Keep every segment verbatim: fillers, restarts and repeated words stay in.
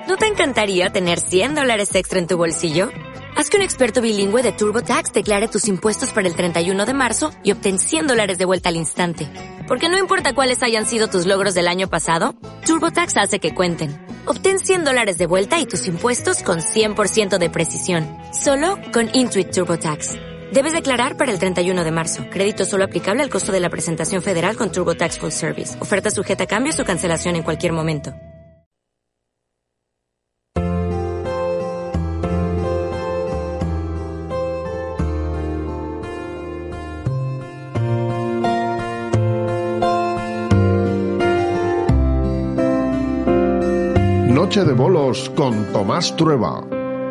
¿No te encantaría tener cien dólares extra en tu bolsillo? Haz que un experto bilingüe de TurboTax declare tus impuestos para el treinta y uno de marzo y obtén cien dólares de vuelta al instante. Porque no importa cuáles hayan sido tus logros del año pasado, TurboTax hace que cuenten. Obtén cien dólares de vuelta y tus impuestos con cien por ciento de precisión. Solo con Intuit TurboTax. Debes declarar para el treinta y uno de marzo. Crédito solo aplicable al costo de la presentación federal con TurboTax Full Service. Oferta sujeta a cambios o cancelación en cualquier momento. Noche de bolos con Tomás Trueba.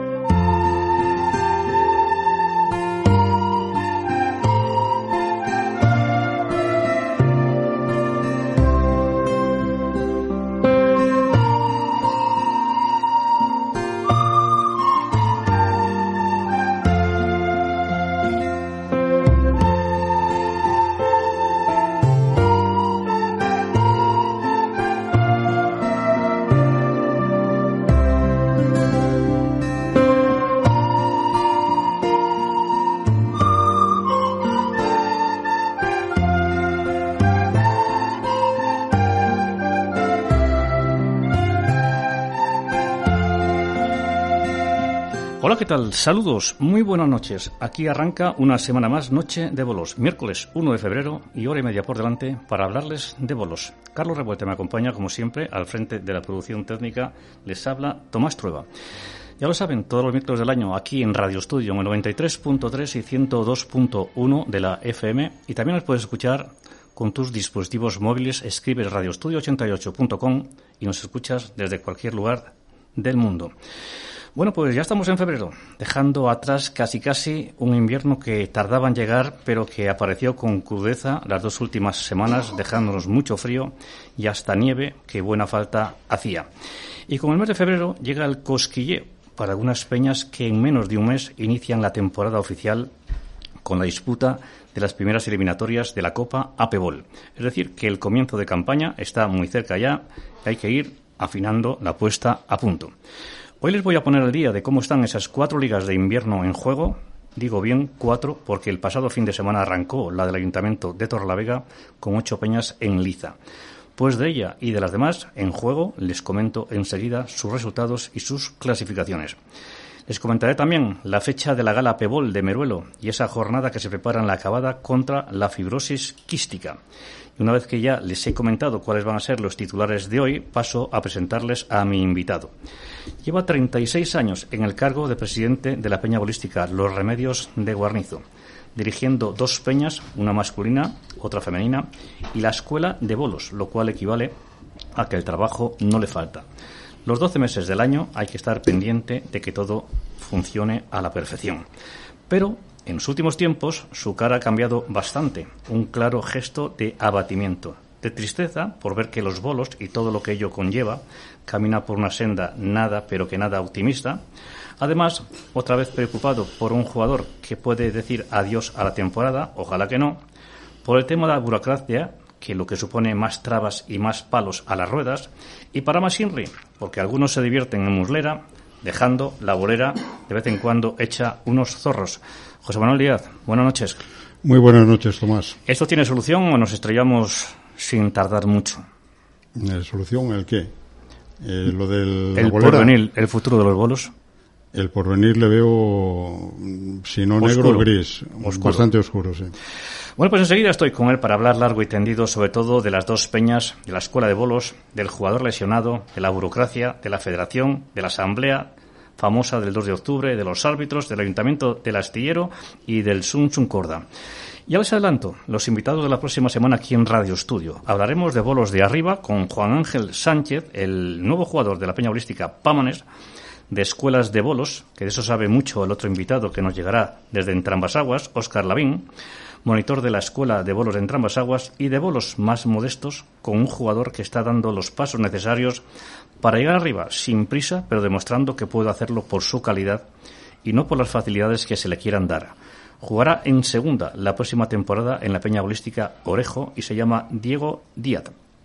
Hola, ¿qué tal? Saludos, muy buenas noches. Aquí arranca una semana más Noche de Bolos, miércoles uno de febrero y hora y media por delante para hablarles de bolos. Carlos Revuelta me acompaña, como siempre, al frente de la producción técnica. Les habla Tomás Trueba. Ya lo saben, todos los miércoles del año aquí en Radio Estudio, en el noventa y tres punto tres y ciento dos punto uno de la F M, y también los puedes escuchar con tus dispositivos móviles. Escribes radio estudio ochenta y ocho punto com y nos escuchas desde cualquier lugar del mundo. Bueno, pues ya estamos en febrero, dejando atrás casi casi un invierno que tardaba en llegar, pero que apareció con crudeza las dos últimas semanas, dejándonos mucho frío y hasta nieve, que buena falta hacía. Y con el mes de febrero llega el cosquilleo para algunas peñas que en menos de un mes inician la temporada oficial con la disputa de las primeras eliminatorias de la Copa APEBOL. Es decir, que el comienzo de campaña está muy cerca ya y hay que ir afinando la puesta a punto. Hoy les voy a poner al día de cómo están esas cuatro ligas de invierno en juego. Digo bien cuatro porque el pasado fin de semana arrancó la del Ayuntamiento de Torrelavega con ocho peñas en liza. Pues de ella y de las demás en juego les comento enseguida sus resultados y sus clasificaciones. Les comentaré también la fecha de la gala APEBOL de Meruelo y esa jornada que se prepara en la acabada contra la fibrosis quística. Y una vez que ya les he comentado cuáles van a ser los titulares de hoy, paso a presentarles a mi invitado. Lleva treinta y seis años en el cargo de presidente de la peña bolística Los Remedios de Guarnizo, dirigiendo dos peñas, una masculina, otra femenina, y la escuela de bolos, lo cual equivale a que el trabajo no le falta. Los doce meses del año hay que estar pendiente de que todo funcione a la perfección. Pero en los últimos tiempos su cara ha cambiado bastante, un claro gesto de abatimiento, de tristeza por ver que los bolos y todo lo que ello conlleva camina por una senda nada, pero que nada optimista. Además, otra vez preocupado por un jugador que puede decir adiós a la temporada, ojalá que no, por el tema de la burocracia, que lo que supone más trabas y más palos a las ruedas, y para más inri, porque algunos se divierten en muslera, dejando la bolera de vez en cuando hecha unos zorros. José Manuel Díaz, buenas noches. Muy buenas noches, Tomás. ¿Esto tiene solución o nos estrellamos sin tardar mucho? ¿Solución el qué? Eh, lo del el porvenir, el futuro de los bolos. El porvenir le veo, si no oscuro, negro, gris, oscuro. Bastante oscuro, sí. Bueno, pues enseguida estoy con él para hablar largo y tendido sobre todo de las dos peñas, de la escuela de bolos, del jugador lesionado, de la burocracia, de la federación, de la asamblea famosa del dos de octubre, de los árbitros, del ayuntamiento del Astillero y del Sun Sun Corda. Ya les adelanto, los invitados de la próxima semana aquí en Radio Estudio. Hablaremos de bolos de arriba con Juan Ángel Sánchez, el nuevo jugador de la peña bolística Pámanes, de escuelas de bolos, que de eso sabe mucho el otro invitado que nos llegará desde Entrambasaguas, Óscar Lavín, monitor de la escuela de bolos de Entrambasaguas, y de bolos más modestos con un jugador que está dando los pasos necesarios para llegar arriba sin prisa, pero demostrando que puede hacerlo por su calidad y no por las facilidades que se le quieran dar. Jugará en segunda la próxima temporada en la peña bolística Orejo y se llama Diego Díaz.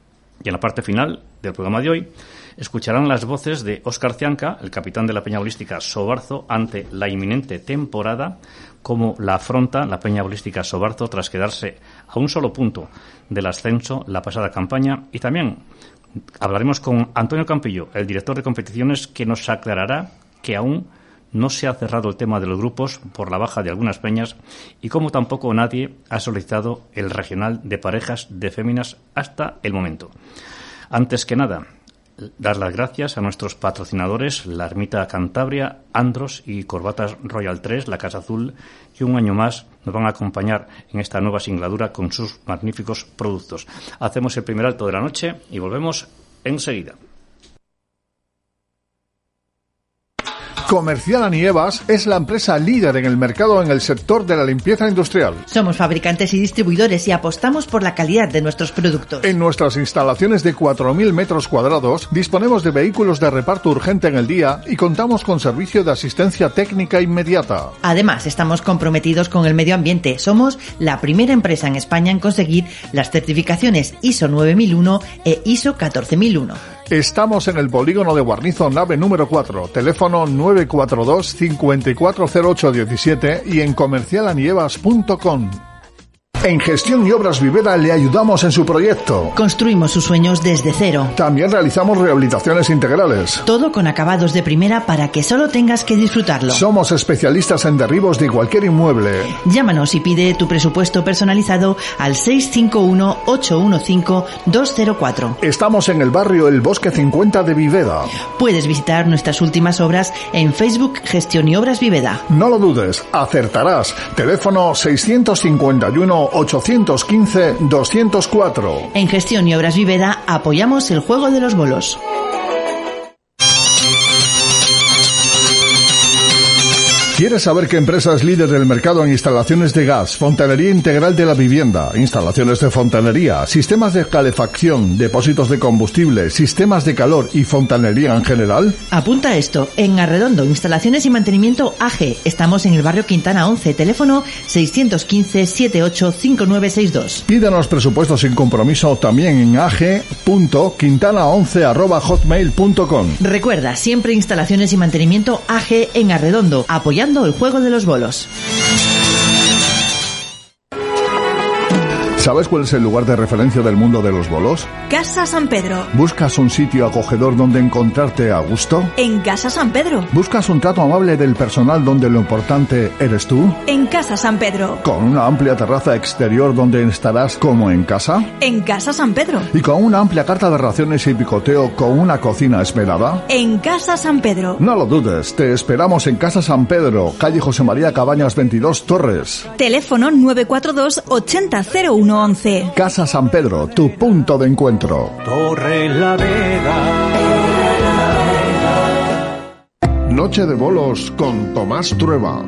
Y en la parte final del programa de hoy escucharán las voces de Óscar Cianca, el capitán de la Peña Bolística Sobarzo, ante la inminente temporada, cómo la afronta la Peña Bolística Sobarzo tras quedarse a un solo punto del ascenso la pasada campaña. Y también hablaremos con Antonio Campillo, el director de competiciones, que nos aclarará que aún no se ha cerrado el tema de los grupos por la baja de algunas peñas y como tampoco nadie ha solicitado el regional de parejas de féminas hasta el momento. Antes que nada, dar las gracias a nuestros patrocinadores, la Ermita Cantabria, Andros y Corbatas Royal tres, la Casa Azul, que un año más nos van a acompañar en esta nueva singladura con sus magníficos productos. Hacemos el primer alto de la noche y volvemos enseguida. Comercial Anievas es la empresa líder en el mercado en el sector de la limpieza industrial. Somos fabricantes y distribuidores y apostamos por la calidad de nuestros productos. En nuestras instalaciones de cuatro mil metros cuadrados disponemos de vehículos de reparto urgente en el día y contamos con servicio de asistencia técnica inmediata. Además, estamos comprometidos con el medio ambiente. Somos la primera empresa en España en conseguir las certificaciones I S O nueve mil uno e I S O catorce mil uno. Estamos en el polígono de Guarnizo, nave número cuatro, teléfono nueve cuatro dos, cinco cuatro cero ocho uno siete y en comercial anievas punto com. En Gestión y Obras Viveda le ayudamos en su proyecto. Construimos sus sueños desde cero. También realizamos rehabilitaciones integrales. Todo con acabados de primera para que solo tengas que disfrutarlo. Somos especialistas en derribos de cualquier inmueble. Llámanos y pide tu presupuesto personalizado al seis cinco uno, ocho uno cinco, dos cero cuatro. Estamos en el barrio El Bosque cincuenta de Viveda. Puedes visitar nuestras últimas obras en Facebook Gestión y Obras Viveda. No lo dudes, acertarás. Teléfono seiscientos cincuenta y uno, ochocientos quince, doscientos cuatro. En Gestión y Obras Viveda apoyamos el juego de los bolos. ¿Quieres saber qué empresa es líder del mercado en instalaciones de gas, fontanería integral de la vivienda, instalaciones de fontanería, sistemas de calefacción, depósitos de combustible, sistemas de calor y fontanería en general? Apunta esto, en Arredondo, instalaciones y mantenimiento A G. Estamos en el barrio Quintana once, teléfono seiscientos quince, setenta y ocho, cincuenta y nueve sesenta y dos. Pídanos presupuestos sin compromiso también en a g punto quintana once arroba hotmail punto com. Recuerda, siempre instalaciones y mantenimiento A G en Arredondo, apoyando el juego de los bolos. ¿Sabes cuál es el lugar de referencia del mundo de los bolos? Casa San Pedro. ¿Buscas un sitio acogedor donde encontrarte a gusto? En Casa San Pedro. ¿Buscas un trato amable del personal donde lo importante eres tú? En Casa San Pedro. ¿Con una amplia terraza exterior donde estarás como en casa? En Casa San Pedro. ¿Y con una amplia carta de raciones y picoteo con una cocina esmerada? En Casa San Pedro. No lo dudes, te esperamos en Casa San Pedro, calle José María Cabañas veintidós, Torres. Teléfono nueve cuatro dos, ochenta, cero uno once. Casa San Pedro, tu punto de encuentro. Torre la Vega. Noche de bolos con Tomás Trueba.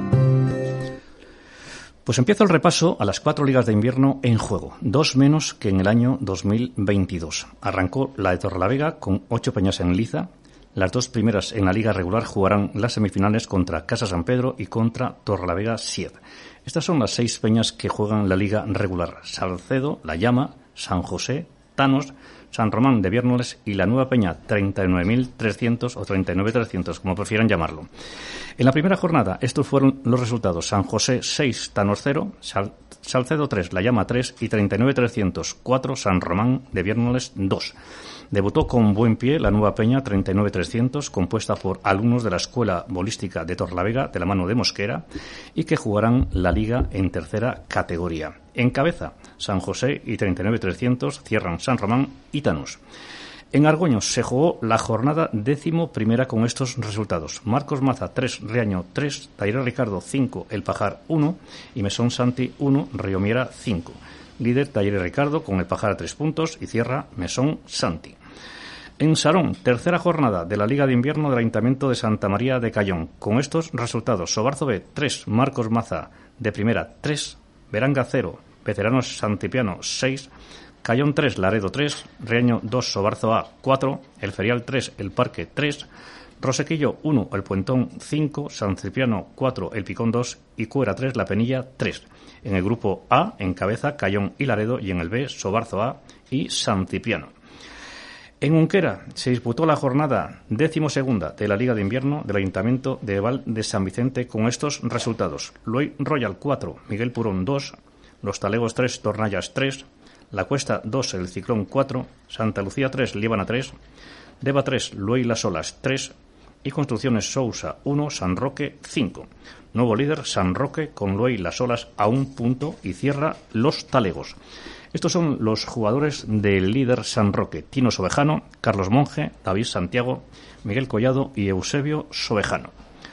Pues empiezo el repaso a las cuatro ligas de invierno en juego, dos menos que en el año dos mil veintidós. Arrancó la de Torrelavega con ocho peñas en liza. Las dos primeras en la liga regular jugarán las semifinales contra Casa San Pedro y contra Torrelavega siete. Estas son las seis peñas que juegan la liga regular: Salcedo, La Llama, San José, Tanos, San Román de Viernoles y la nueva peña treinta y nueve mil trescientos o treinta y nueve mil trescientos, como prefieran llamarlo. En la primera jornada estos fueron los resultados: San José seis, Tanos cero, Sal- Salcedo tres, La Llama tres y treinta y nueve mil trescientos cuatro, San Román de Viernoles dos. Debutó con buen pie la nueva peña treinta y nueve mil trescientos, compuesta por alumnos de la Escuela Bolística de Torrelavega, de la mano de Mosquera, y que jugarán la liga en tercera categoría. En cabeza, San José y treinta y nueve mil trescientos, cierran San Román y Tanos. En Argoños se jugó la jornada décimo primera con estos resultados: Marcos Maza tres, Riaño tres, Taller Ricardo cinco, El Pajar uno y Mesón Santi uno, Riomiera cinco. Líder Taller Ricardo con El Pajar a tres puntos y cierra Mesón Santi. En Sarón, tercera jornada de la Liga de Invierno del Ayuntamiento de Santa María de Cayón. Con estos resultados: Sobarzo B tres, Marcos Maza de primera tres, Beranga cero, Veteranos Santipiano seis, Cayón tres, Laredo tres, Riaño dos, Sobarzo A cuatro, El Ferial tres, El Parque tres, Rosequillo uno, El Puentón cinco, San Cipriano cuatro, El Picón dos y Cuera tres, La Penilla tres. En el grupo A, en cabeza, Cayón y Laredo, y en el B, Sobarzo A y San Cipriano. En Unquera se disputó la jornada decimosegunda de la Liga de Invierno del Ayuntamiento de Val de San Vicente con estos resultados. Loy Royal cuatro, Miguel Purón dos, Los Talegos tres, Tornallas tres, La Cuesta dos, El Ciclón cuatro, Santa Lucía tres, Líbana tres, Deva tres, Loy Las Olas tres y Construcciones Sousa uno, San Roque cinco. Nuevo líder San Roque con Loy Las Olas a un punto y cierra Los Talegos. Estos son los jugadores del líder San Roque: Tino Sobejano, Carlos Monge, David Santiago, Miguel Collado y Eusebio Sobejano.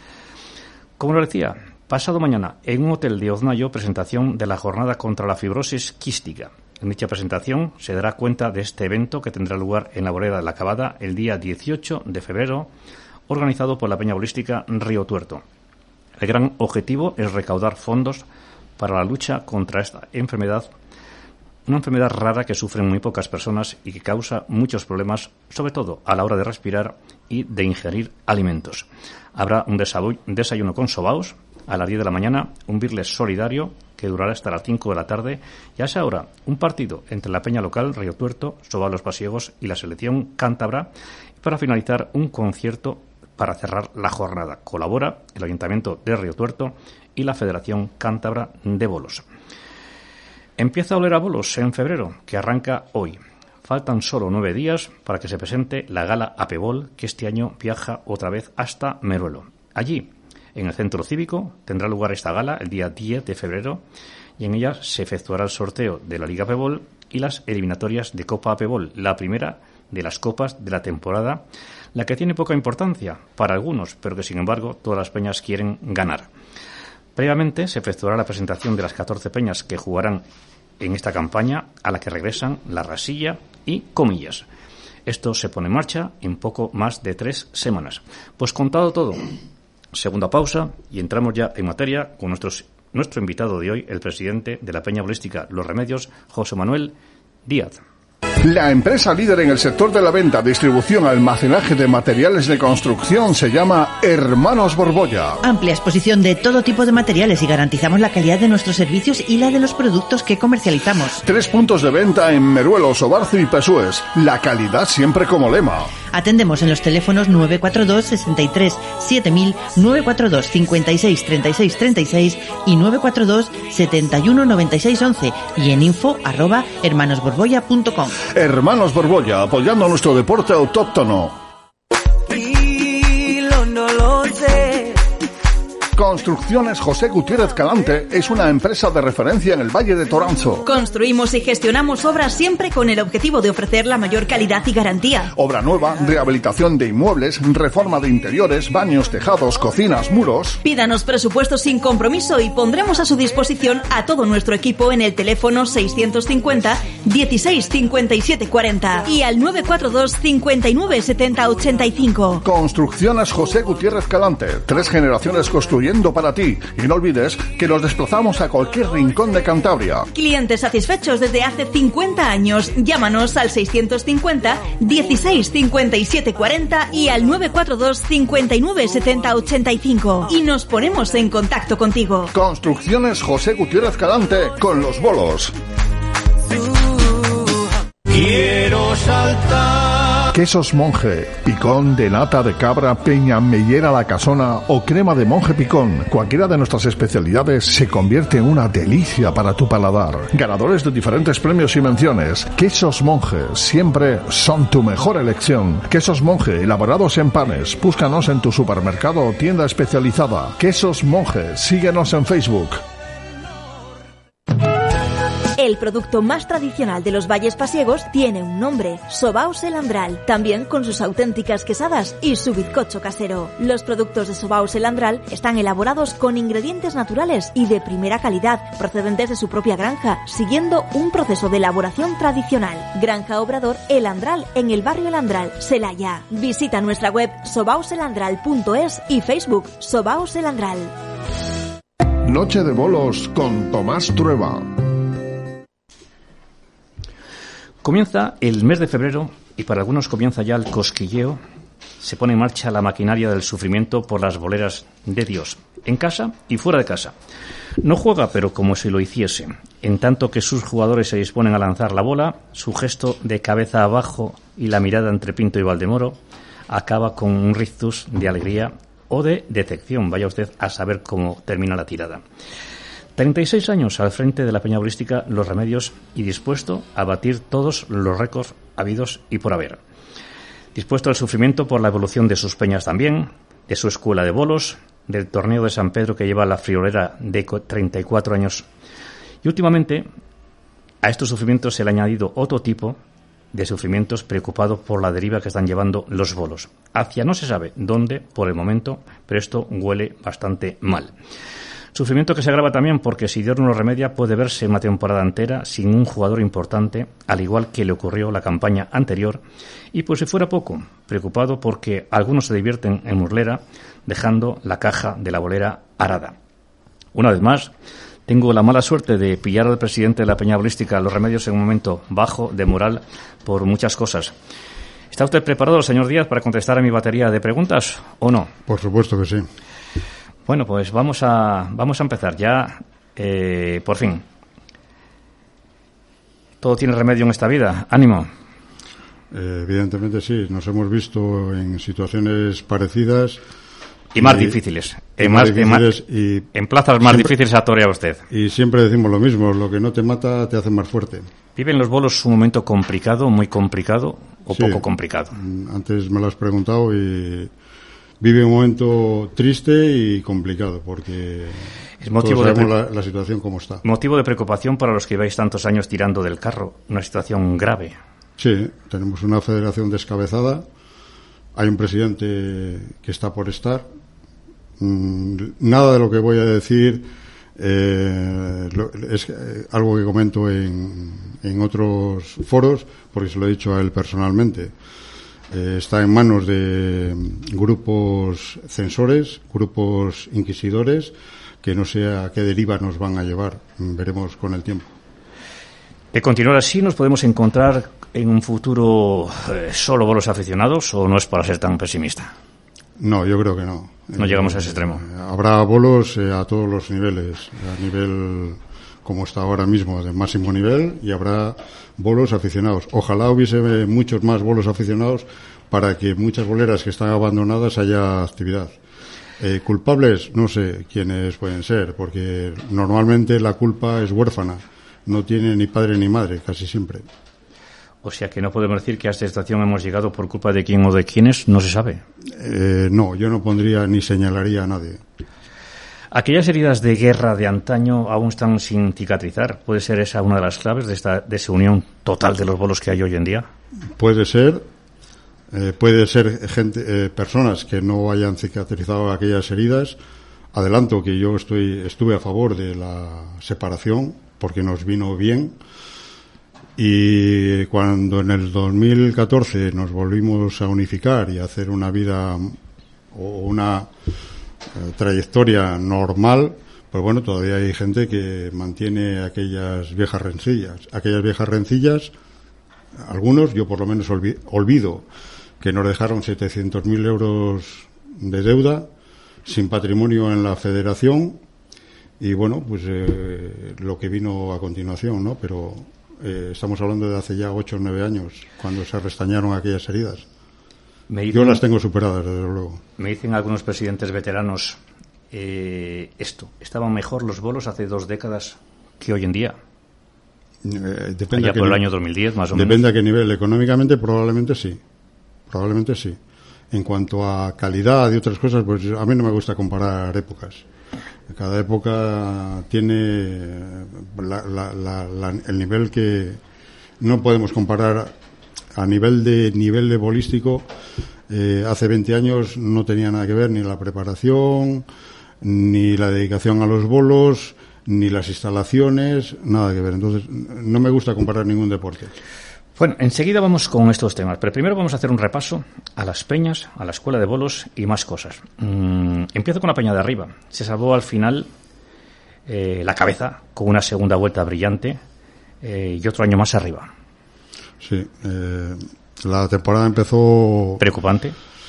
Como lo decía, pasado mañana en un hotel de Oznayo, presentación de la jornada contra la fibrosis quística. En dicha presentación se dará cuenta de este evento que tendrá lugar en la Boreda de la Cabada el día dieciocho de febrero, organizado por la Peña Bolística Río Tuerto. El gran objetivo es recaudar fondos para la lucha contra esta enfermedad, una enfermedad rara que sufren muy pocas personas y que causa muchos problemas, sobre todo a la hora de respirar y de ingerir alimentos. Habrá un desayuno con sobaos a las diez de la mañana, un birles solidario que durará hasta las cinco de la tarde y a esa hora un partido entre la peña local Río Tuerto, Sobaos Los Pasiegos y la selección cántabra, y para finalizar un concierto para cerrar la jornada. Colabora el Ayuntamiento de Río Tuerto y la Federación Cántabra de Bolos. Empieza a oler a bolos en febrero, que arranca hoy. Faltan solo nueve días para que se presente la gala Apebol, que este año viaja otra vez hasta Meruelo. Allí, en el Centro Cívico, tendrá lugar esta gala el día diez de febrero y en ella se efectuará el sorteo de la Liga Apebol y las eliminatorias de Copa Apebol, la primera de las copas de la temporada, la que tiene poca importancia para algunos, pero que sin embargo todas las peñas quieren ganar. Previamente se efectuará la presentación de las catorce peñas que jugarán en esta campaña, a la que regresan La Rasilla y Comillas. Esto se pone en marcha en poco más de tres semanas. Pues contado todo, segunda pausa y entramos ya en materia con nuestros, nuestro invitado de hoy, el presidente de la Peña Bolística Los Remedios, José Manuel Díaz. La empresa líder en el sector de la venta, distribución, almacenaje de materiales de construcción se llama Hermanos Borbolla. Amplia exposición de todo tipo de materiales y garantizamos la calidad de nuestros servicios y la de los productos que comercializamos. Tres puntos de venta en Meruelo, Sobarzo y Pesúes. La calidad siempre como lema. Atendemos en los teléfonos nueve cuatro dos, sesenta y tres, siete mil, nueve cuatro dos, cincuenta y seis, treinta y seis, treinta y seis y nueve cuatro dos, setenta y uno, noventa y seis, once y en info arroba hermanosborbolla punto com. Hermanos Borbolla, apoyando nuestro deporte autóctono. Y lo, no lo sé. Construcciones José Gutiérrez Calante es una empresa de referencia en el Valle de Toranzo. Construimos y gestionamos obras siempre con el objetivo de ofrecer la mayor calidad y garantía. Obra nueva, rehabilitación de inmuebles, reforma de interiores, baños, tejados, cocinas, muros. Pídanos presupuestos sin compromiso y pondremos a su disposición a todo nuestro equipo en el teléfono seiscientos cincuenta, dieciséis, cincuenta y siete, cuarenta y al nueve cuatro dos, cincuenta y nueve, setenta, ochenta y cinco. Construcciones José Gutiérrez Calante, tres generaciones construyendo para ti. Y no olvides que nos desplazamos a cualquier rincón de Cantabria. Clientes satisfechos desde hace cincuenta años. Llámanos al seiscientos cincuenta, dieciséis, cincuenta y siete, cuarenta y al nueve cuatro dos, cincuenta y nueve, setenta, ochenta y cinco. Y nos ponemos en contacto contigo. Construcciones José Gutiérrez Calante con los bolos. Quiero saltar. Quesos Monje, picón de nata de cabra, peña, mellera la casona o crema de monje picón. Cualquiera de nuestras especialidades se convierte en una delicia para tu paladar. Ganadores de diferentes premios y menciones. Quesos Monje siempre son tu mejor elección. Quesos Monje, elaborados en panes. Búscanos en tu supermercado o tienda especializada. Quesos Monje, síguenos en Facebook. El producto más tradicional de los Valles Pasiegos tiene un nombre, Sobaos El Andral, también con sus auténticas quesadas y su bizcocho casero. Los productos de Sobaos El Andral están elaborados con ingredientes naturales y de primera calidad, procedentes de su propia granja, siguiendo un proceso de elaboración tradicional. Granja Obrador El Andral, en el barrio El Andral, Celaya. Visita nuestra web sobaos el andral punto es y Facebook Sobaos El Andral. Noche de bolos con Tomás Trueba. Comienza el mes de febrero y para algunos comienza ya el cosquilleo se pone en marcha la maquinaria del sufrimiento por las boleras de Dios, en casa y fuera de casa. No juega, pero como si lo hiciese. En tanto que sus jugadores se disponen a lanzar la bola, su gesto de cabeza abajo y la mirada entre Pinto y Valdemoro acaba con un rictus de alegría o de decepción. Vaya usted a saber cómo termina la tirada. treinta y seis años al frente de la Peña Bolística Los Remedios y dispuesto a batir todos los récords habidos y por haber. Dispuesto al sufrimiento por la evolución de sus peñas también, de su escuela de bolos, del torneo de San Pedro que lleva la friolera de treinta y cuatro años. Y últimamente a estos sufrimientos se le ha añadido otro tipo de sufrimientos preocupados por la deriva que están llevando los bolos. Hacia no se sabe dónde por el momento, pero esto huele bastante mal. Sufrimiento que se agrava también porque si Dios no lo remedia puede verse una temporada entera sin un jugador importante, al igual que le ocurrió la campaña anterior, y pues si fuera poco, preocupado porque algunos se divierten en Murlera dejando la caja de la bolera arada. Una vez más, tengo la mala suerte de pillar al presidente de la Peña Bolística Los Remedios en un momento bajo de moral por muchas cosas. ¿Está usted preparado, señor Díaz, para contestar a mi batería de preguntas o no? Por supuesto que sí. Bueno, pues vamos a vamos a empezar ya, eh, por fin. Todo tiene remedio en esta vida. ¡Ánimo! Eh, evidentemente sí. Nos hemos visto en situaciones parecidas. Y más y, difíciles. Y en, más, difíciles en, y en plazas más siempre, difíciles atorea usted. Y siempre decimos lo mismo. Lo que no te mata te hace más fuerte. ¿Viven los bolos un momento complicado, muy complicado o sí, poco complicado? Antes me lo has preguntado y... Vive un momento triste y complicado porque es motivo todos sabemos de la, la situación como está. Motivo de preocupación para los que lleváis tantos años tirando del carro, una situación grave. Sí, tenemos una federación descabezada, hay un presidente que está por estar. Nada de lo que voy a decir eh, es algo que comento en, en otros foros porque se lo he dicho a él personalmente. Eh, está en manos de grupos censores, grupos inquisidores, que no sé a qué deriva nos van a llevar. Veremos con el tiempo. De continuar así, ¿nos podemos encontrar en un futuro eh, solo bolos aficionados o no es para ser tan pesimista? No, yo creo que no. No eh, llegamos a ese extremo. Eh, habrá bolos eh, a todos los niveles, a nivel como está ahora mismo, de máximo nivel, y habrá bolos aficionados. Ojalá hubiese muchos más bolos aficionados para que muchas boleras que están abandonadas haya actividad. Eh, culpables, no sé quiénes pueden ser, porque normalmente la culpa es huérfana, no tiene ni padre ni madre, casi siempre. O sea que no podemos decir que a esta estación hemos llegado por culpa de quién o de quiénes, no se sabe. Eh, no, yo no pondría ni señalaría a nadie. ¿Aquellas heridas de guerra de antaño aún están sin cicatrizar? ¿Puede ser esa una de las claves de esta desunión total de los bolos que hay hoy en día? Puede ser. Eh, puede ser gente, eh, personas que no hayan cicatrizado aquellas heridas. Adelanto que yo estoy estuve a favor de la separación porque nos vino bien. Y cuando en el dos mil catorce nos volvimos a unificar y a hacer una vida o una Eh, trayectoria normal, pues bueno, todavía hay gente que mantiene aquellas viejas rencillas. Aquellas viejas rencillas, algunos, yo por lo menos olvi- olvido que nos dejaron setecientos mil euros de deuda, sin patrimonio en la federación, y bueno, pues eh, lo que vino a continuación, ¿no? Pero eh, estamos hablando de hace ya ocho o nueve años, cuando se restañaron aquellas heridas. Me dicen, yo las tengo superadas, desde luego. Me dicen algunos presidentes veteranos eh, esto, ¿estaban mejor los bolos hace dos décadas que hoy en día? Eh, depende Allá por el año dos mil diez, más o menos. Depende a qué nivel. Económicamente, probablemente sí. Probablemente sí. En cuanto a calidad y otras cosas, pues a mí no me gusta comparar épocas. Cada época tiene la, la, la, la, el nivel que no podemos comparar. A nivel de nivel de bolístico, eh, hace veinte años no tenía nada que ver ni la preparación, ni la dedicación a los bolos, ni las instalaciones, nada que ver. Entonces, no me gusta comparar ningún deporte. Bueno, enseguida vamos con estos temas, pero primero vamos a hacer un repaso a las peñas, a la escuela de bolos y más cosas. Mm, empiezo con la peña de arriba. Se salvó al final eh, la cabeza con una segunda vuelta brillante eh, y otro año más arriba. Sí, eh, la temporada empezó... ¿Preocupante?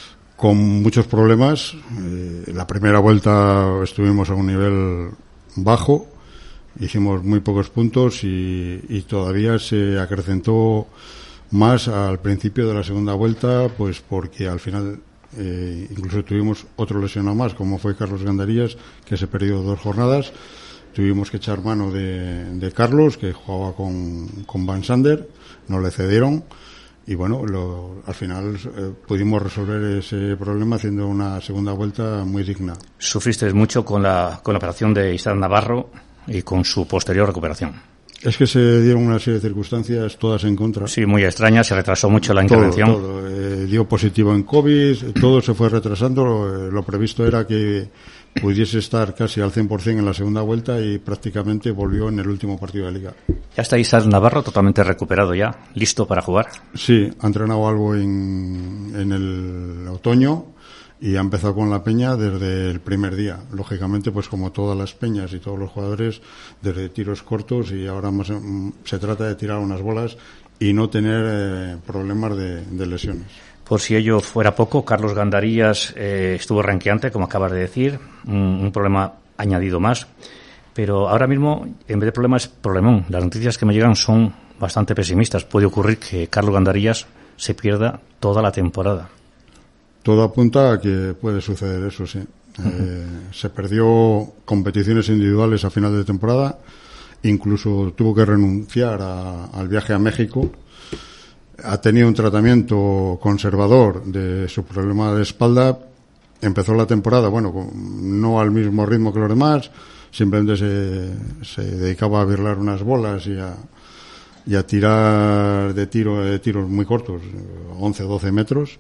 con muchos problemas. Eh, la primera vuelta estuvimos a un nivel bajo, hicimos muy pocos puntos y, y todavía se acrecentó más al principio de la segunda vuelta, pues porque al final eh, incluso tuvimos otro lesionado más, como fue Carlos Gandarillas, que se perdió dos jornadas. Tuvimos que echar mano de, de Carlos, que jugaba con, con Van Sander, no le cedieron y bueno, lo, al final eh, pudimos resolver ese problema haciendo una segunda vuelta muy digna. Sufriste mucho con la, con la operación de Isaac Navarro y con su posterior recuperación. Es que se dieron una serie de circunstancias todas en contra. Sí, muy extrañas, se retrasó mucho la intervención. Todo, todo. Eh, dio positivo en COVID, todo se fue retrasando. Lo, lo previsto era que pudiese estar casi al cien por ciento en la segunda vuelta y prácticamente volvió en el último partido de Liga. ¿Ya está Isaac Navarro totalmente recuperado ya, listo para jugar? Sí, ha entrenado algo en, en el otoño y ha empezado con la peña desde el primer día. Lógicamente, pues como todas las peñas y todos los jugadores, desde tiros cortos, y ahora más, se trata de tirar unas bolas y no tener eh, problemas de, de lesiones. Por si ello fuera poco, Carlos Gandarillas eh, estuvo renqueante, como acabas de decir, un, un problema añadido más. Pero ahora mismo, en vez de problema, es problemón. Las noticias que me llegan son bastante pesimistas. Puede ocurrir que Carlos Gandarillas se pierda toda la temporada. Todo apunta a que puede suceder eso, sí. Uh-huh. Eh, se perdió competiciones individuales a final de temporada, incluso tuvo que renunciar a, al viaje a México. Ha tenido un tratamiento conservador de su problema de espalda. Empezó la temporada, bueno, no al mismo ritmo que los demás, simplemente se, se dedicaba a birlar unas bolas y a, y a tirar de tiro de tiros muy cortos, once o doce metros.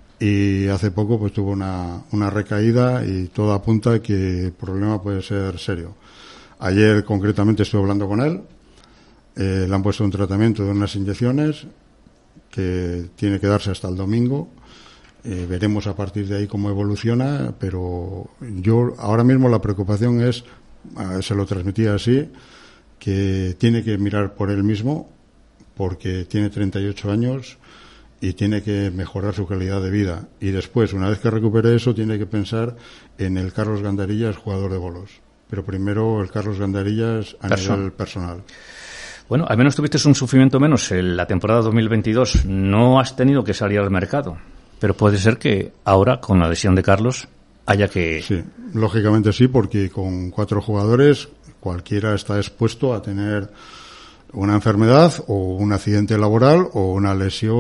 Y hace poco pues tuvo una, una recaída y todo apunta a que el problema puede ser serio. Ayer concretamente estuve hablando con él, eh, le han puesto un tratamiento de unas inyecciones que tiene que darse hasta el domingo. Eh, veremos a partir de ahí cómo evoluciona, pero yo ahora mismo la preocupación es, eh, se lo transmitía así, que tiene que mirar por él mismo porque tiene treinta y ocho años y tiene que mejorar su calidad de vida. Y después, una vez que recupere eso, tiene que pensar en el Carlos Gandarillas, jugador de bolos. Pero primero el Carlos Gandarillas a Person. nivel personal. Bueno, al menos tuviste un sufrimiento menos en la temporada dos mil veintidós. No has tenido que salir al mercado. Pero puede ser que ahora, con la lesión de Carlos, haya que... Sí, lógicamente sí, porque con cuatro jugadores cualquiera está expuesto a tener una enfermedad o un accidente laboral o una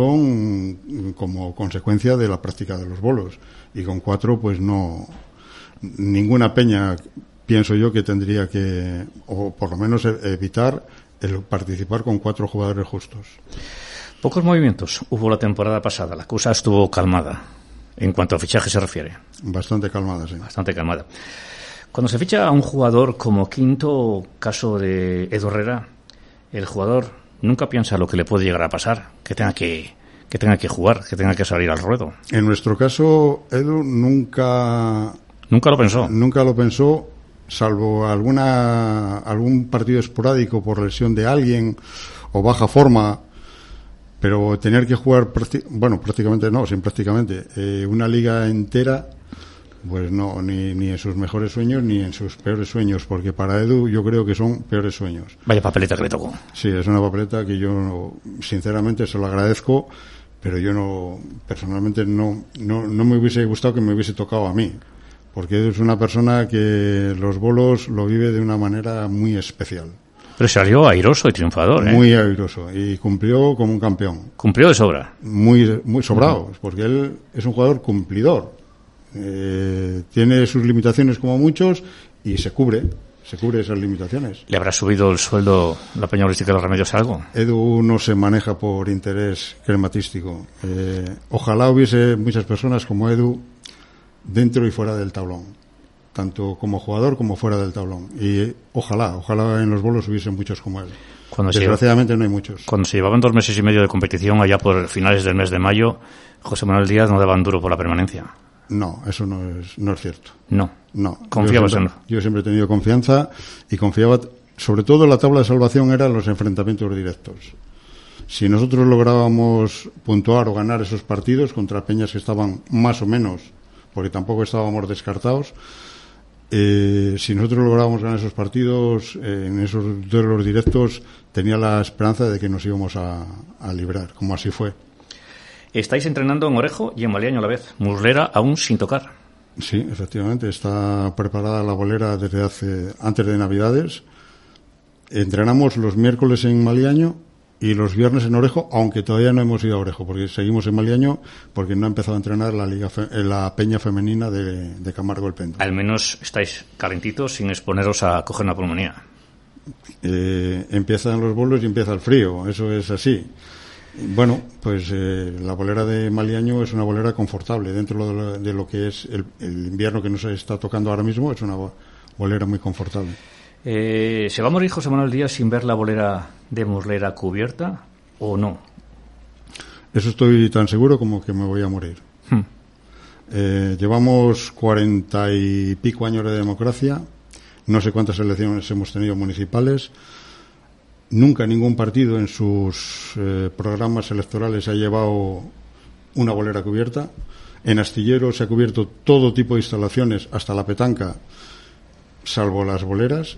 lesión como consecuencia de la práctica de los bolos. Y con cuatro, pues no, ninguna peña, pienso yo, que tendría que, o por lo menos evitar el participar con cuatro jugadores justos. Pocos movimientos hubo la temporada pasada, la cosa estuvo calmada, en cuanto a fichaje se refiere. Bastante calmada, sí. Bastante calmada. Cuando se ficha a un jugador como Quinto, caso de Edu Herrera, el jugador nunca piensa lo que le puede llegar a pasar, que tenga que, que tenga que jugar, que tenga que salir al ruedo. En nuestro caso, Edu nunca... Nunca lo pensó. Nunca lo pensó, salvo alguna algún partido esporádico por lesión de alguien o baja forma, pero tener que jugar, bueno, prácticamente no, sin prácticamente, eh, una liga entera... Pues no, ni, ni en sus mejores sueños ni en sus peores sueños, porque para Edu yo creo que son peores sueños. Vaya papeleta que le tocó. Sí, es una papeleta que yo sinceramente se lo agradezco, pero yo no, personalmente no, no, no me hubiese gustado que me hubiese tocado a mí, porque Edu es una persona que los bolos lo vive de una manera muy especial. Pero salió airoso y triunfador, ¿eh? Muy airoso, y cumplió como un campeón. Cumplió de sobra. Muy, muy sobrado, uh-huh. Porque él es un jugador cumplidor. Eh, tiene sus limitaciones como muchos y se cubre, se cubre esas limitaciones. ¿Le habrá subido el sueldo la Peña Holística de los Remedios algo? Edu no se maneja por interés crematístico. Eh, ojalá hubiese muchas personas como Edu dentro y fuera del tablón, tanto como jugador como fuera del tablón. Y ojalá, ojalá en los bolos hubiese muchos como él. Cuando Desgraciadamente se, no hay muchos. Cuando se llevaban dos meses y medio de competición allá por finales del mes de mayo, José Manuel Díaz no daban duro por la permanencia. No, eso no es, no es cierto. No. No. ¿Confiabas en...? Yo siempre he tenido confianza y confiaba, sobre todo la tabla de salvación era los enfrentamientos directos. Si nosotros lográbamos puntuar o ganar esos partidos contra peñas que estaban más o menos, porque tampoco estábamos descartados, eh, si nosotros lográbamos ganar esos partidos, eh, en esos duelos directos, tenía la esperanza de que nos íbamos a, a librar, como así fue. Estáis entrenando en Orejo y en Maliaño a la vez. Muslera aún sin tocar. Sí, efectivamente. Está preparada la bolera desde hace antes de Navidades. Entrenamos los miércoles en Maliaño y los viernes en Orejo, aunque todavía no hemos ido a Orejo, porque seguimos en Maliaño, porque no ha empezado a entrenar la liga fe- la peña femenina de, de Camargo el Pendo. Al menos estáis calentitos sin exponeros a coger una pulmonía. Eh, empiezan los bolos y empieza el frío, eso es así. Bueno, pues eh, la bolera de Maliaño es una bolera confortable dentro de lo, de lo que es el, el invierno que nos está tocando ahora mismo. Es una bolera muy confortable. Eh, ¿Se va a morir José Manuel Díaz sin ver la bolera de Muslera cubierta o no? Eso estoy tan seguro como que me voy a morir. Hmm. Eh, llevamos cuarenta y pico años de democracia. No sé cuántas elecciones hemos tenido municipales. Nunca ningún partido en sus eh, programas electorales ha llevado una bolera cubierta. En Astillero se ha cubierto todo tipo de instalaciones, hasta la petanca, salvo las boleras,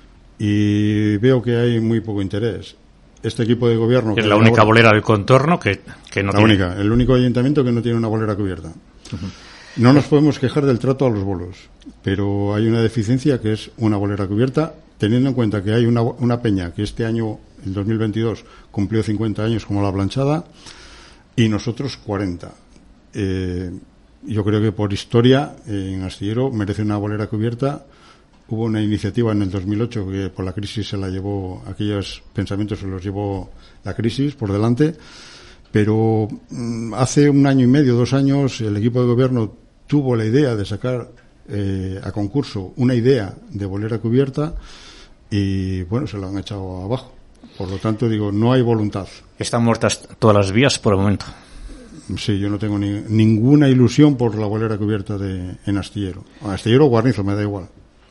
y veo que hay muy poco interés. Este equipo de gobierno... Es la única bolera del contorno que, que no la tiene. única, el único ayuntamiento que no tiene una bolera cubierta. Uh-huh. No nos podemos quejar del trato a los bolos, pero hay una deficiencia que es una bolera cubierta, teniendo en cuenta que hay una, una peña que este año, el dos mil veintidós, cumplió cincuenta años como la Planchada y nosotros cuarenta. Eh, yo creo que por historia eh, en Astillero merece una bolera cubierta. Hubo una iniciativa en el dos mil ocho que por la crisis se la llevó, aquellos pensamientos se los llevó la crisis por delante, pero mm, hace un año y medio, dos años, el equipo de gobierno tuvo la idea de sacar eh, a concurso una idea de bolera cubierta y bueno, se lo han echado abajo. Por lo tanto, digo, no hay voluntad. Están muertas todas las vías por el momento. Sí, yo no tengo ni, ninguna ilusión por la bolera cubierta de, en Astillero. Astillero o Guarnizo, me da igual.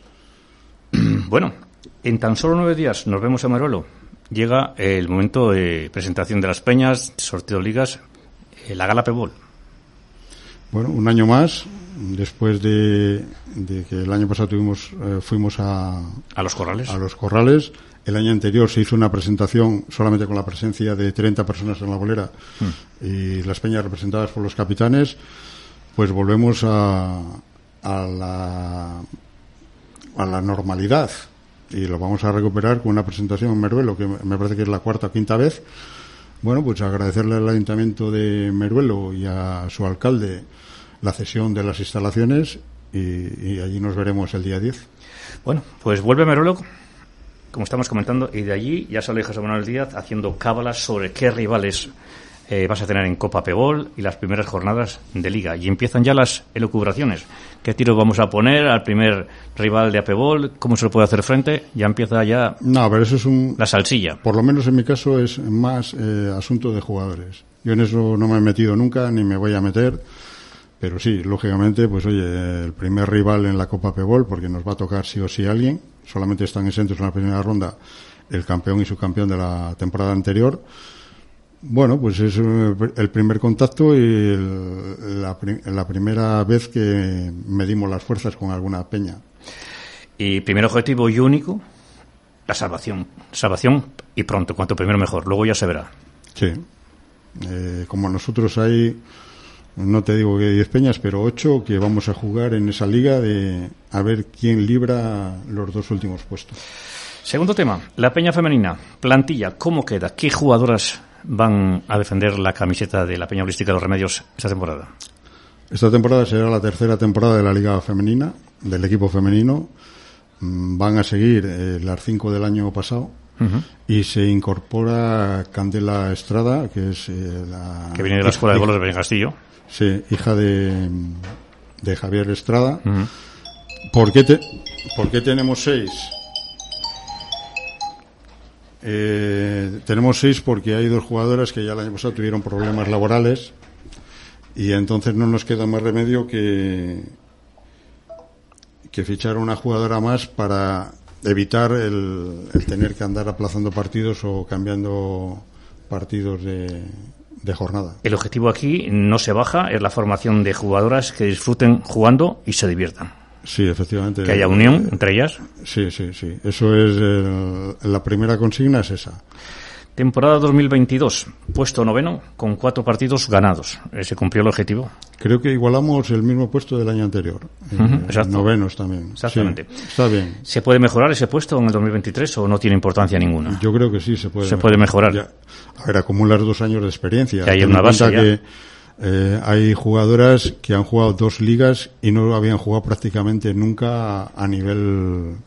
Bueno, en tan solo nueve días nos vemos en Maruelo. Llega el momento de presentación de las peñas, sorteo de ligas, eh, la Gala Pebol. Bueno, un año más, después de, de que el año pasado tuvimos, eh, fuimos a... ¿A los Corrales? A los Corrales. El año anterior se hizo una presentación solamente con la presencia de treinta personas en la bolera hmm. y las peñas representadas por los capitanes. Pues volvemos a, a la... a la normalidad y lo vamos a recuperar con una presentación en Meruelo que me parece que es la cuarta o quinta vez. Bueno, pues agradecerle al Ayuntamiento de Meruelo y a su alcalde la cesión de las instalaciones y, y allí nos veremos el día diez. Bueno, pues vuelve a Meruelo, como estamos comentando, y de allí ya sale José Manuel Díaz haciendo cábalas sobre qué rivales Eh, vas a tener en Copa Pebol y las primeras jornadas de Liga. Y empiezan ya las elucubraciones. ¿Qué tiro vamos a poner al primer rival de Apebol? ¿Cómo se lo puede hacer frente? Ya empieza ya no, pero eso es un, la salsilla. Por lo menos en mi caso es más eh, asunto de jugadores. Yo en eso no me he metido nunca, ni me voy a meter. Pero sí, lógicamente, pues oye, el primer rival en la Copa Pebol, porque nos va a tocar sí o sí alguien. Solamente están exentos en la primera ronda el campeón y subcampeón de la temporada anterior. Bueno, pues es el primer contacto y el, la, la primera vez que medimos las fuerzas con alguna peña. Y primer objetivo y único, la salvación. Salvación y pronto, cuanto primero mejor. Luego ya se verá. Sí. Eh, como nosotros hay, no te digo que diez peñas, pero ocho que vamos a jugar en esa liga de a ver quién libra los dos últimos puestos. Segundo tema, la peña femenina. Plantilla, ¿cómo queda? ¿Qué jugadoras van a defender la camiseta de la Peña Holística de los Remedios esta temporada? Esta temporada será la tercera temporada de la Liga Femenina, del equipo femenino. Van a seguir eh, las cinco del año pasado uh-huh. y se incorpora Candela Estrada, que es eh, la... Que viene de la Escuela de Bolos de Benicastillo. Sí, hija de, de Javier Estrada. Uh-huh. ¿Por qué, te, ¿Por qué tenemos seis? Eh, tenemos seis porque hay dos jugadoras que ya el año pasado tuvieron problemas laborales y entonces no nos queda más remedio que que fichar una jugadora más para evitar el, el tener que andar aplazando partidos o cambiando partidos de, de jornada. El objetivo aquí no se baja, es la formación de jugadoras que disfruten jugando y se diviertan. Sí, efectivamente. Que haya unión entre ellas. Sí, sí, sí. Eso es el, la primera consigna es esa. Temporada dos mil veintidós, puesto noveno, con cuatro partidos ganados. ¿Se cumplió el objetivo? Creo que igualamos el mismo puesto del año anterior. Uh-huh, eh, exacto. Novenos también. Exactamente. Sí, está bien. ¿Se puede mejorar ese puesto en el dos mil veintitrés o no tiene importancia ninguna? Yo creo que sí se puede. Se puede mejorar. Ya, a ver, acumular dos años de experiencia. Que hay Ten una en base cuenta ya. que eh, hay jugadoras que han jugado dos ligas y no habían jugado prácticamente nunca a, a nivel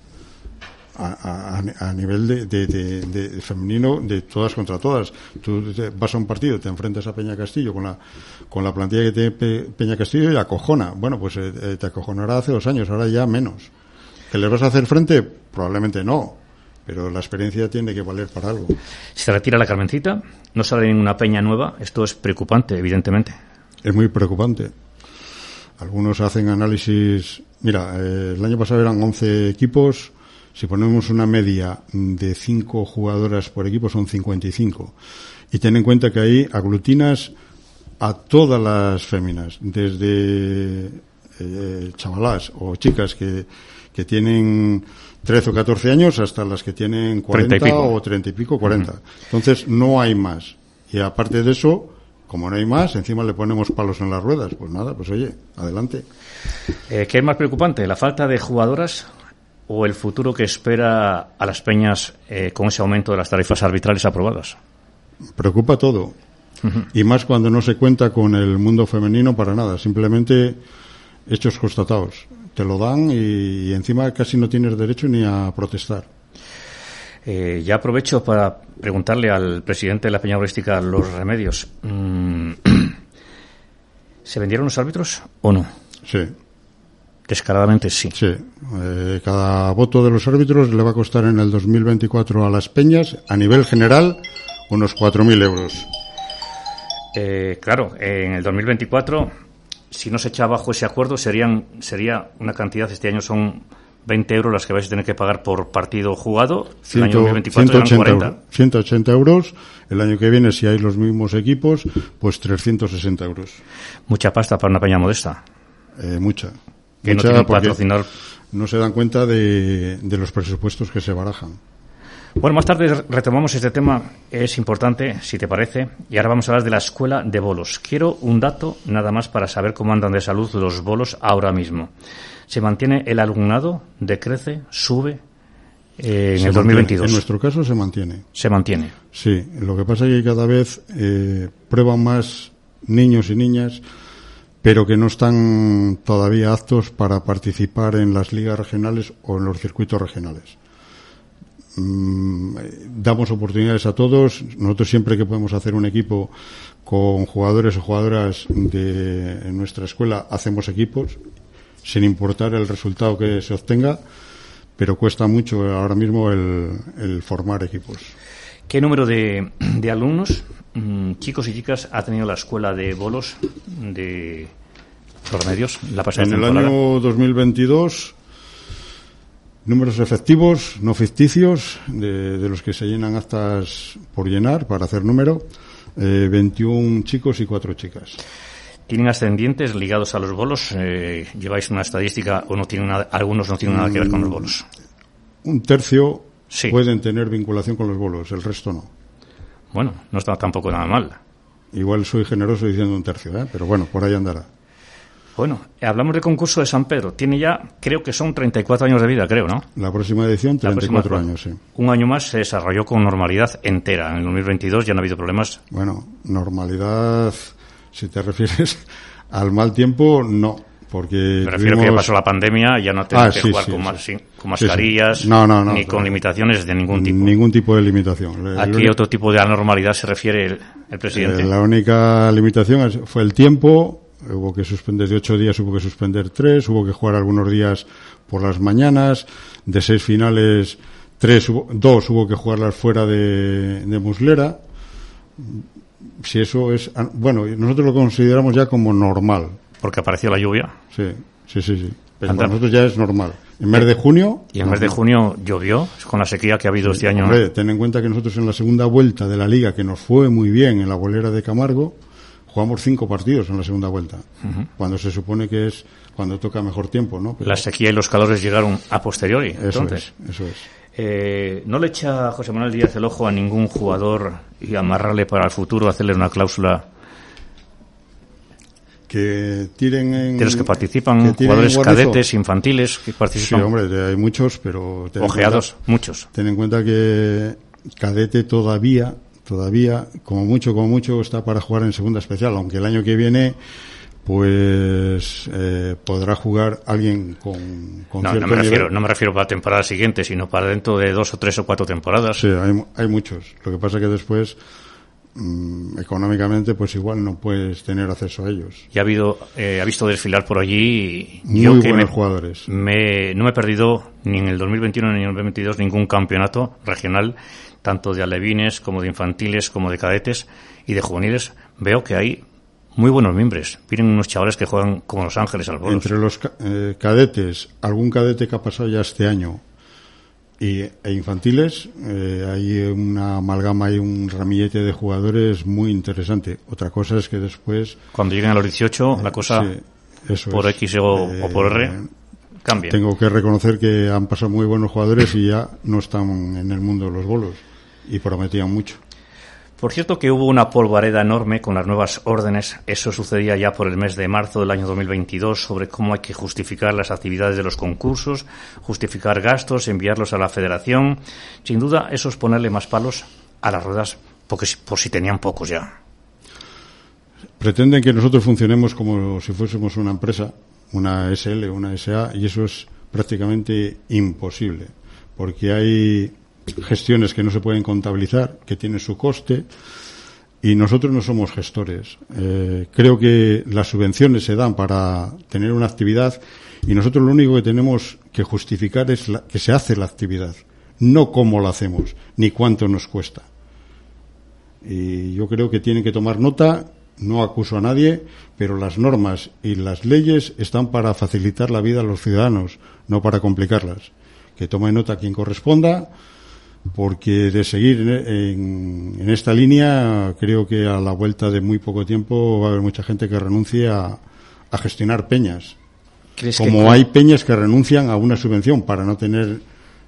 a, a, a nivel de, de, de, de femenino de todas contra todas. Tú te vas a un partido, te enfrentas a Peña Castillo con la con la plantilla que tiene Pe, Peña Castillo y acojona. Bueno, pues eh, te acojonará hace dos años, ahora ya menos. ¿Que le vas a hacer frente? Probablemente no, pero la experiencia tiene que valer para algo. Se retira la Carmencita, no sale ninguna peña nueva, esto es preocupante, evidentemente. Es muy preocupante. Algunos hacen análisis. Mira, eh, el año pasado eran once equipos. Si ponemos una media de cinco jugadoras por equipo, son cincuenta y cinco. Y ten en cuenta que ahí aglutinas a todas las féminas, desde eh, chavalas o chicas que, que tienen trece o catorce años hasta las que tienen cuarenta o treinta y pico, cuarenta. Uh-huh. Entonces no hay más. Y aparte de eso, como no hay más, encima le ponemos palos en las ruedas. Pues nada, pues oye, adelante. Eh, ¿Qué es más preocupante, la falta de jugadoras o el futuro que espera a las peñas eh, con ese aumento de las tarifas arbitrales aprobadas? Preocupa todo. Uh-huh. Y más cuando no se cuenta con el mundo femenino para nada. Simplemente hechos constatados. Te lo dan y, y encima casi no tienes derecho ni a protestar. Eh, ya aprovecho para preguntarle al presidente de la Peña Bolística Los Remedios. Mm, ¿se vendieron los árbitros o no? Sí. Descaradamente sí. Sí. Eh, cada voto de los árbitros le va a costar en el dos mil veinticuatro a las peñas, a nivel general, unos cuatro mil euros. Eh, claro, eh, en el dos mil veinticuatro, si no se echa abajo ese acuerdo, serían sería una cantidad, este año son veinte euros las que vais a tener que pagar por partido jugado. El año dos mil veinticuatro ciento ochenta cuarenta. Euros, ciento ochenta euros. El año que viene, si hay los mismos equipos, pues trescientos sesenta euros. Mucha pasta para una peña modesta. Eh, mucha. Que mucha no tiene un patrocinador. No se dan cuenta de, de los presupuestos que se barajan. Bueno, más tarde retomamos este tema, es importante, si te parece, y ahora vamos a hablar de la escuela de bolos. Quiero un dato nada más para saber cómo andan de salud los bolos ahora mismo. ¿Se mantiene el alumnado? ¿Decrece? ¿Sube? Eh, en se el dos mil veintidós. En nuestro caso se mantiene. Se mantiene. Sí, lo que pasa es que cada vez eh, prueban más niños y niñas, pero que no están todavía aptos para participar en las ligas regionales o en los circuitos regionales. Mm, damos oportunidades a todos. Nosotros siempre que podemos hacer un equipo con jugadores o jugadoras de nuestra escuela, hacemos equipos, sin importar el resultado que se obtenga, pero cuesta mucho ahora mismo el, el formar equipos. ¿Qué número de, de alumnos, mmm, chicos y chicas, ha tenido la escuela de bolos de Los Remedios la pasada en temporada? En el año dos mil veintidós, números efectivos, no ficticios, de, de los que se llenan actas por llenar, para hacer número, eh, veintiún chicos y cuatro chicas. ¿Tienen ascendientes ligados a los bolos? Eh, ¿Lleváis una estadística o no tienen nada, algunos no tienen nada que ver con los bolos? Un tercio sí. pueden tener vinculación con los bolos, el resto no. Bueno, no está tampoco nada mal. Igual soy generoso diciendo un tercio, ¿eh? Pero bueno, por ahí andará. Bueno, hablamos del concurso de San Pedro. Tiene ya, creo que son treinta y cuatro años de vida, creo, ¿no? La próxima edición, treinta y cuatro años, sí. Un año más se desarrolló con normalidad entera. En el dos mil veintidós ya no ha habido problemas. Bueno, normalidad, si te refieres al mal tiempo, no. Porque me refiero tuvimos... que pasó la pandemia, ya no tenemos ah, que sí, jugar sí, con, sí. Mas, con mascarillas, sí, sí. No, no, no, ni con limitaciones de ningún tipo. Ningún tipo de limitación. ¿A qué otro tipo de anormalidad se refiere el, el presidente? Eh, la única limitación fue el tiempo. Hubo que suspender de ocho días, hubo que suspender tres, hubo que jugar algunos días por las mañanas. De seis finales, tres, hubo, dos hubo que jugarlas fuera de, de Muslera. Si eso es, bueno, nosotros lo consideramos ya como normal. Porque apareció la lluvia. Sí, sí, sí, sí. Pero para nosotros ya es normal. En mes de junio... Y en el mes de junio llovió, con la sequía que ha habido este año. Hombre, ten en cuenta que nosotros en la segunda vuelta de la Liga, que nos fue muy bien en la bolera de Camargo, jugamos cinco partidos en la segunda vuelta, uh-huh. cuando se supone que es cuando toca mejor tiempo, ¿no? Pero... La sequía y los calores llegaron a posteriori, eso entonces. Es, eso es. Eh, ¿No le echa José Manuel Díaz el ojo a ningún jugador y amarrarle para el futuro, hacerle una cláusula? Que tiren en... De los que participan, que jugadores cadetes, infantiles, que participan. Sí, hombre, hay muchos, pero... Ojeados, cuenta, muchos. Ten en cuenta que cadete todavía, todavía, como mucho, como mucho, está para jugar en segunda especial, aunque el año que viene, pues, eh, podrá jugar alguien con, con no, cierto no me refiero, nivel. No me refiero para la temporada siguiente, sino para dentro de dos o tres o cuatro temporadas. Sí, hay, hay muchos. Lo que pasa es que después... económicamente pues igual no puedes tener acceso a ellos. Y ha habido eh, ha visto desfilar por allí muy yo buenos que me, jugadores. Me, no me he perdido ni en el dos mil veintiuno ni en el dos mil veintidós ningún campeonato regional, tanto de alevines como de infantiles como de cadetes y de juveniles. Veo que hay muy buenos miembros. Vienen unos chavales que juegan como Los Ángeles al bolos. Entre los eh, cadetes, algún cadete que ha pasado ya este año y e infantiles, eh, hay una amalgama y un ramillete de jugadores muy interesante. Otra cosa es que después... Cuando lleguen a los dieciocho, eh, la cosa sí, eso por es. X o, eh, o por R cambia. Tengo que reconocer que han pasado muy buenos jugadores y ya no están en el mundo de los bolos y prometían mucho. Por cierto que hubo una polvareda enorme con las nuevas órdenes, eso sucedía ya por el mes de marzo del año dos mil veintidós, sobre cómo hay que justificar las actividades de los concursos, justificar gastos, enviarlos a la federación. Sin duda, eso es ponerle más palos a las ruedas, porque por si tenían pocos ya. Pretenden que nosotros funcionemos como si fuésemos una empresa, una S L, una S A, y eso es prácticamente imposible, porque hay gestiones que no se pueden contabilizar, que tienen su coste, y nosotros no somos gestores. Eh, creo que las subvenciones se dan para tener una actividad y nosotros lo único que tenemos que justificar es la, que se hace la actividad, no cómo la hacemos, ni cuánto nos cuesta. Y yo creo que tienen que tomar nota, no acuso a nadie, pero las normas y las leyes están para facilitar la vida a los ciudadanos, no para complicarlas. Que tome nota quien corresponda, porque de seguir en, en esta línea creo que a la vuelta de muy poco tiempo va a haber mucha gente que renuncie a, a gestionar peñas, como que... hay peñas que renuncian a una subvención para no tener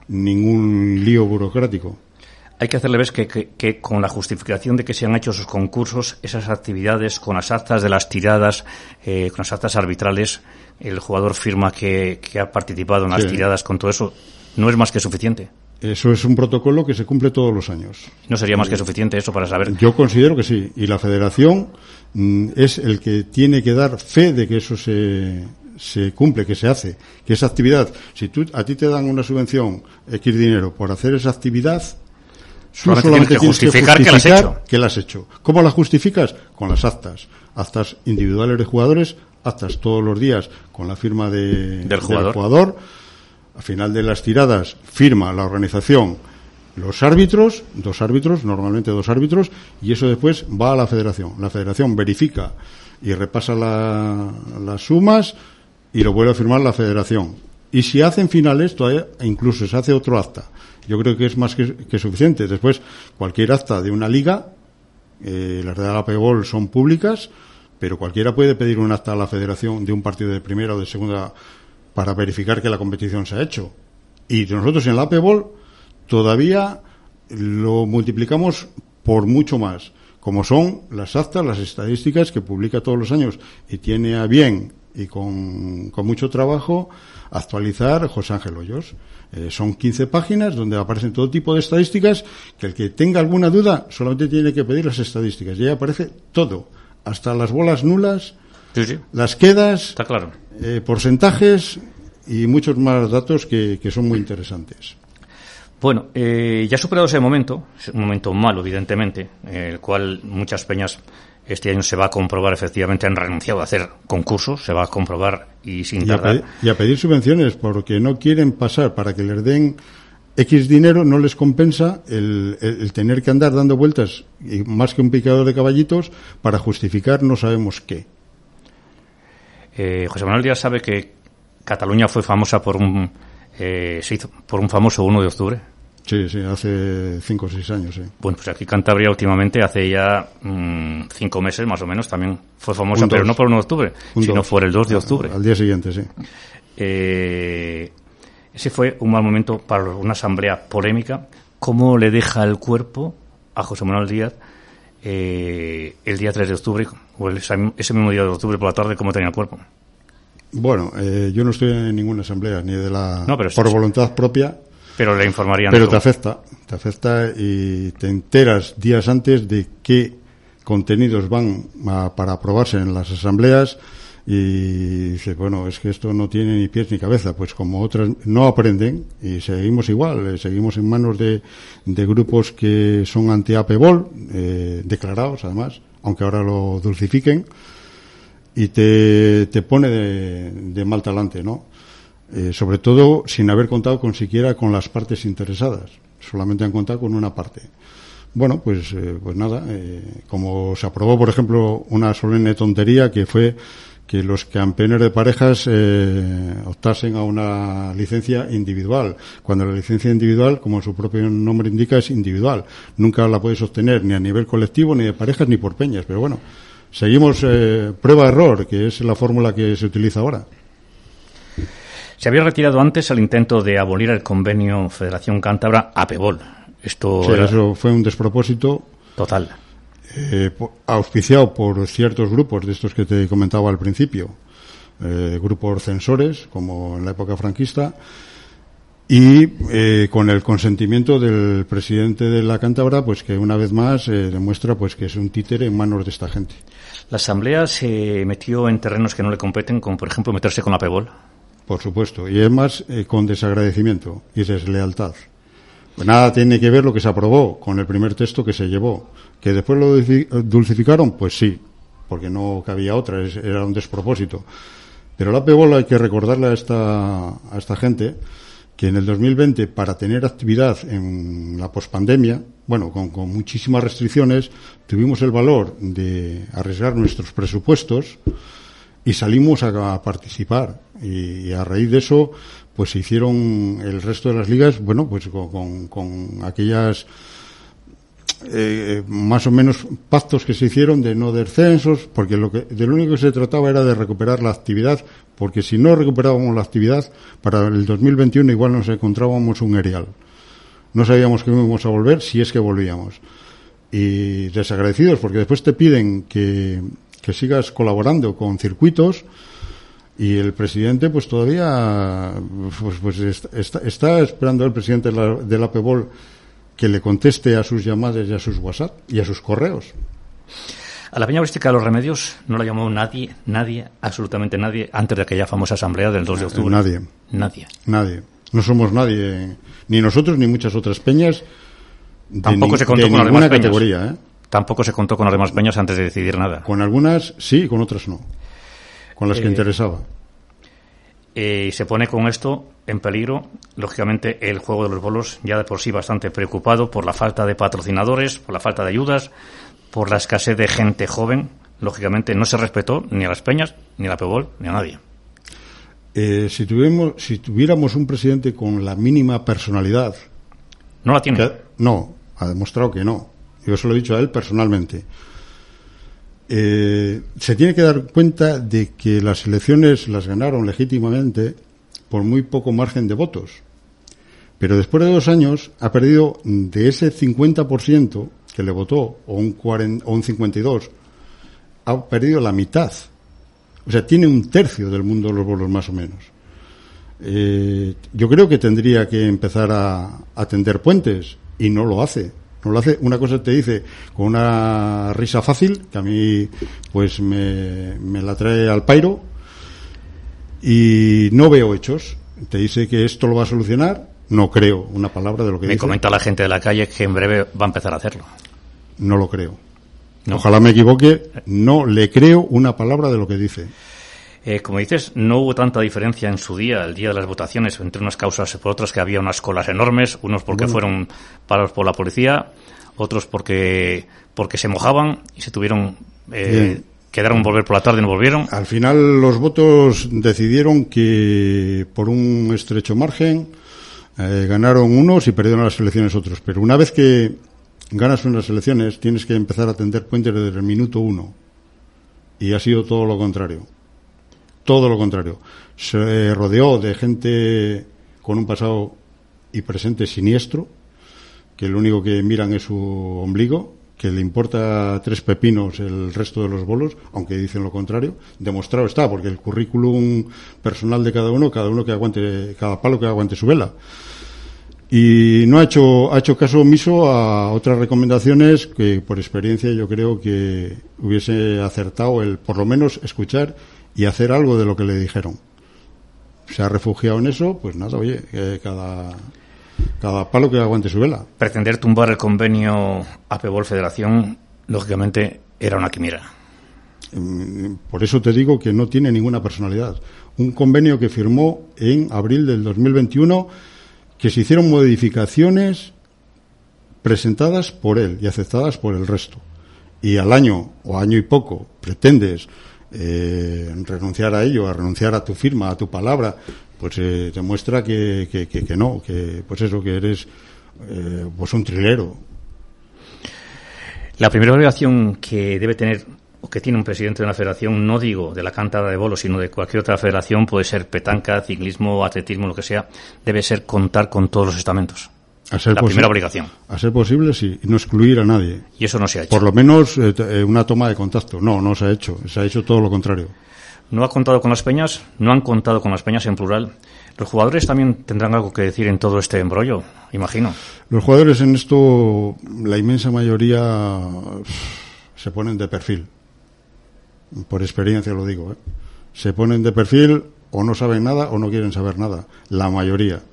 ningún lío burocrático. Hay que hacerle ver que, que, que con la justificación de que se han hecho esos concursos, esas actividades, con las actas de las tiradas, eh, con las actas arbitrales, el jugador firma que, que ha participado en las sí. tiradas, con todo eso, no es más que suficiente. Eso es un protocolo que se cumple todos los años. ¿No sería más que suficiente eso para saber? Yo considero que sí. Y la federación mm, es el que tiene que dar fe de que eso se, se cumple, que se hace, que esa actividad, si tú, a ti te dan una subvención, X dinero, por hacer esa actividad, solamente, solamente tienes que justificar, que, justificar que la has hecho. que la has hecho. ¿Cómo la justificas? Con las actas. Actas individuales de jugadores, actas todos los días con la firma de, del jugador. Del jugador. Al final de las tiradas firma la organización los árbitros, dos árbitros, normalmente dos árbitros, y eso después va a la federación. La federación verifica y repasa la, las sumas y lo vuelve a firmar la federación. Y si hacen finales, todavía incluso se hace otro acta. Yo creo que es más que, que suficiente. Después, cualquier acta de una liga, eh, las de la APEBOL son públicas, pero cualquiera puede pedir un acta a la federación de un partido de primera o de segunda para verificar que la competición se ha hecho. Y nosotros en la APEBOL todavía lo multiplicamos por mucho más, como son las actas, las estadísticas que publica todos los años y tiene a bien y con, con mucho trabajo actualizar José Ángel Hoyos. Eh, son quince páginas donde aparecen todo tipo de estadísticas que el que tenga alguna duda solamente tiene que pedir las estadísticas y ahí aparece todo, hasta las bolas nulas, sí, sí. las quedas, está claro. eh, porcentajes y muchos más datos que, que son muy interesantes. Bueno, eh, ya superado ese momento, un momento malo evidentemente, eh, el cual muchas peñas este año se va a comprobar, efectivamente han renunciado a hacer concursos, se va a comprobar y sin tardar. Y a, y a pedir subvenciones porque no quieren pasar para que les den X dinero, no les compensa el, el, el tener que andar dando vueltas, y más que un picador de caballitos, para justificar no sabemos qué. Eh, José Manuel Díaz sabe que Cataluña fue famosa por un eh, se hizo por un famoso uno de octubre. Sí, sí, hace cinco o seis años, sí. Bueno, pues aquí Cantabria últimamente, hace ya mmm, cinco meses más o menos, también fue famosa, un pero dos. no por el uno de octubre, un sino dos. por el dos de octubre. Al día siguiente, sí. Eh, ese fue un mal momento para una asamblea polémica. ¿Cómo le deja el cuerpo a José Manuel Díaz eh, el día tres de octubre, o el, ese mismo día de octubre por la tarde, cómo tenía el cuerpo? Bueno, eh, yo no estoy en ninguna asamblea, ni de la... No, pero por sí, voluntad propia. Pero le informarían. Pero te afecta, te afecta y te enteras días antes de qué contenidos van a, para aprobarse en las asambleas y dices, bueno, es que esto no tiene ni pies ni cabeza, pues como otras no aprenden y seguimos igual, eh, seguimos en manos de, de grupos que son anti-APEBOL, eh, declarados además, aunque ahora lo dulcifiquen, y te, te pone de, de mal talante, ¿no? Eh, sobre todo sin haber contado con siquiera con las partes interesadas, solamente han contado con una parte. Bueno, pues, eh, pues nada, eh, como se aprobó, por ejemplo, una solemne tontería que fue que los campeones de parejas eh, optasen a una licencia individual, cuando la licencia individual, como su propio nombre indica, es individual. Nunca la puedes obtener ni a nivel colectivo, ni de parejas, ni por peñas. Pero bueno, seguimos eh, prueba-error, que es la fórmula que se utiliza ahora. Se había retirado antes el intento de abolir el convenio Federación Cántabra APEBOL. Esto Sí, era eso fue un despropósito. total. Eh, auspiciado por ciertos grupos de estos que te comentaba al principio, eh, grupos censores, como en la época franquista, y eh, con el consentimiento del presidente de la Cántabra, pues que una vez más eh, demuestra pues que es un títere en manos de esta gente. La Asamblea se metió en terrenos que no le competen, como por ejemplo meterse con APEBOL. Por supuesto, y es más eh, con desagradecimiento y deslealtad. Pues nada tiene que ver lo que se aprobó con el primer texto que se llevó. ¿Que después lo dulcificaron? Pues sí, porque no cabía otra, era un despropósito. Pero la APEBOL hay que recordarle a esta, a esta gente que en el dos mil veinte, para tener actividad en la pospandemia, bueno, con, con muchísimas restricciones, tuvimos el valor de arriesgar nuestros presupuestos y salimos a, a participar. Y, y a raíz de eso, pues se hicieron el resto de las ligas, bueno, pues con, con, con aquellas eh, más o menos pactos que se hicieron de no descensos, porque lo que de lo único que se trataba era de recuperar la actividad, porque si no recuperábamos la actividad, para el dos mil veintiuno igual nos encontrábamos un erial. No sabíamos que íbamos a volver, si es que volvíamos. Y desagradecidos, porque después te piden que, que sigas colaborando con circuitos. Y el presidente, pues todavía, pues, pues está, está esperando el presidente de la, de la APEBOL que le conteste a sus llamadas y a sus WhatsApp y a sus correos. A la Peña Holística de los Remedios no la llamó nadie, nadie, absolutamente nadie, antes de aquella famosa asamblea del dos de octubre. Nadie. Nadie. Nadie. No somos nadie, ni nosotros ni muchas otras peñas. De Tampoco ni, se contó de con las ninguna demás peñas. categoría, ¿eh? Tampoco se contó con las demás peñas antes de decidir nada. Con algunas sí, con otras no. Con las que Eh, interesaba. Eh, y se pone con esto en peligro, lógicamente, el juego de los bolos, ya de por sí bastante preocupado por la falta de patrocinadores, por la falta de ayudas, por la escasez de gente joven. Lógicamente no se respetó ni a las peñas, ni a la APEBOL, ni a nadie. Eh, si, tuvimos, si tuviéramos un presidente con la mínima personalidad... No la tiene. Que, no, ha demostrado que no. Yo se lo he dicho a él personalmente. Eh, se tiene que dar cuenta de que las elecciones las ganaron legítimamente por muy poco margen de votos. Pero después de dos años ha perdido de ese cincuenta por ciento que le votó, o un, cuarenta, o un cincuenta y dos por ciento, ha perdido la mitad. O sea, tiene un tercio del mundo de los bolos más o menos. Eh, yo creo que tendría que empezar a, a tender puentes y no lo hace. No lo hace. Una cosa te dice con una risa fácil, que a mí pues me, me la trae al pairo, y no veo hechos. Te dice que esto lo va a solucionar, no creo una palabra de lo que Me dice. comenta la gente de la calle que en breve va a empezar a hacerlo. No lo creo. No. Ojalá me equivoque, no le creo una palabra de lo que dice. Eh, como dices, no hubo tanta diferencia en su día, el día de las votaciones, entre unas causas y por otras, que había unas colas enormes, unos porque Bueno. fueron parados por la policía, otros porque porque se mojaban y se tuvieron... Eh, quedaron volver por la tarde y no volvieron. Al final los votos decidieron que por un estrecho margen eh, ganaron unos y perdieron las elecciones otros. Pero una vez que ganas unas elecciones tienes que empezar a tender puentes desde el minuto uno. Y ha sido todo lo contrario. Todo lo contrario. Se rodeó de gente con un pasado y presente siniestro, que lo único que miran es su ombligo, que le importa tres pepinos el resto de los bolos, aunque dicen lo contrario. Demostrado está, porque el currículum personal de cada uno, cada uno que aguante, cada palo que aguante su vela. Y no ha hecho, ha hecho caso omiso a otras recomendaciones que, por experiencia, yo creo que hubiese acertado el, por lo menos, escuchar y hacer algo de lo que le dijeron. Se ha refugiado en eso, pues nada, oye, eh, cada... cada palo que aguante su vela. Pretender tumbar el convenio APEBOL Federación, lógicamente, era una quimera. Por eso te digo que no tiene ninguna personalidad. Un convenio que firmó en abril del dos mil veintiuno, que se hicieron modificaciones presentadas por él y aceptadas por el resto. Y al año o año y poco pretendes eh, renunciar a ello, a renunciar a tu firma, a tu palabra, pues eh, demuestra que, que, que, que no, que pues eso, que eres eh, pues un trilero. La primera obligación que debe tener o que tiene un presidente de una federación, no digo de la cantada de bolos, sino de cualquier otra federación, puede ser petanca, ciclismo, atletismo, lo que sea, debe ser contar con todos los estamentos. A ser la primera obligación. A ser posible, sí, y no excluir a nadie. Y eso no se ha hecho. Por lo menos eh, una toma de contacto. No, no se ha hecho. Se ha hecho todo lo contrario. No ha contado con las peñas, no han contado con las peñas en plural. Los jugadores también tendrán algo que decir en todo este embrollo, imagino. Los jugadores en esto, la inmensa mayoría se ponen de perfil. Por experiencia lo digo, ¿eh? Se ponen de perfil, o no saben nada o no quieren saber nada. La mayoría.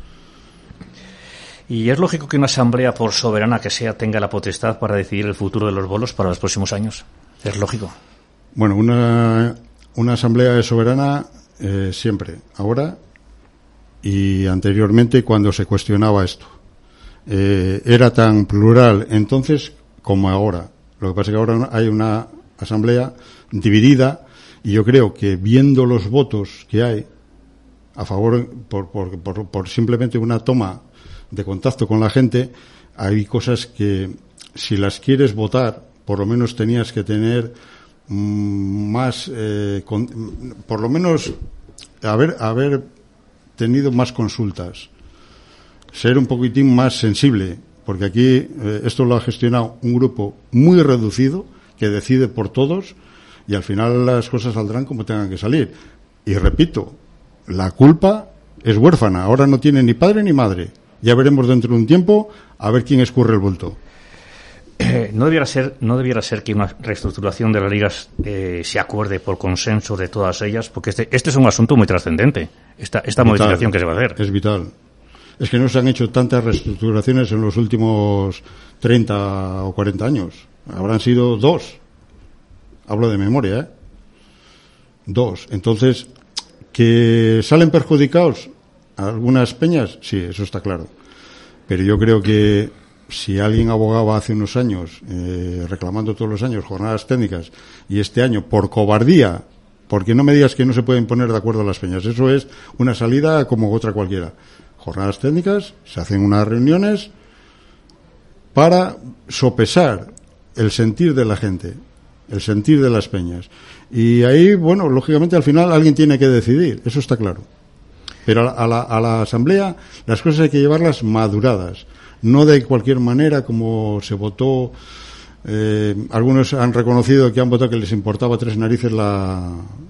¿Y es lógico que una asamblea, por soberana que sea, tenga la potestad para decidir el futuro de los bolos para los próximos años? ¿Es lógico? Bueno, una, una asamblea es soberana eh, siempre, ahora y anteriormente cuando se cuestionaba esto. Eh, era tan plural entonces como ahora. Lo que pasa es que ahora hay una asamblea dividida y yo creo que viendo los votos que hay a favor, por, por, por, por simplemente una toma de contacto con la gente, hay cosas que si las quieres votar, por lo menos tenías que tener mmm, más, eh, con, por lo menos haber, haber tenido más consultas, ser un poquitín más sensible, porque aquí eh, esto lo ha gestionado un grupo muy reducido que decide por todos y al final las cosas saldrán como tengan que salir. Y repito, la culpa es huérfana, ahora no tiene ni padre ni madre. Ya veremos dentro de un tiempo a ver quién escurre el bulto. Eh, no debiera ser, no debiera ser que una reestructuración de las ligas eh, se acuerde por consenso de todas ellas, porque este, este es un asunto muy trascendente. Esta, esta vital, modificación que se va a hacer es vital. Es que no se han hecho tantas reestructuraciones en los últimos treinta o cuarenta años. Habrán sido dos. Hablo de memoria, ¿eh? Dos. Entonces, ¿que salen perjudicados algunas peñas? Sí, eso está claro. Pero yo creo que si alguien abogaba hace unos años, eh, reclamando todos los años jornadas técnicas, y este año, por cobardía, porque no me digas que no se pueden poner de acuerdo las peñas, eso es una salida como otra cualquiera. Jornadas técnicas, se hacen unas reuniones para sopesar el sentir de la gente, el sentir de las peñas. Y ahí, bueno, lógicamente al final alguien tiene que decidir, eso está claro. Pero a la, a la, a la asamblea las cosas hay que llevarlas maduradas, no de cualquier manera como se votó. Eh, algunos han reconocido que han votado que les importaba tres narices la,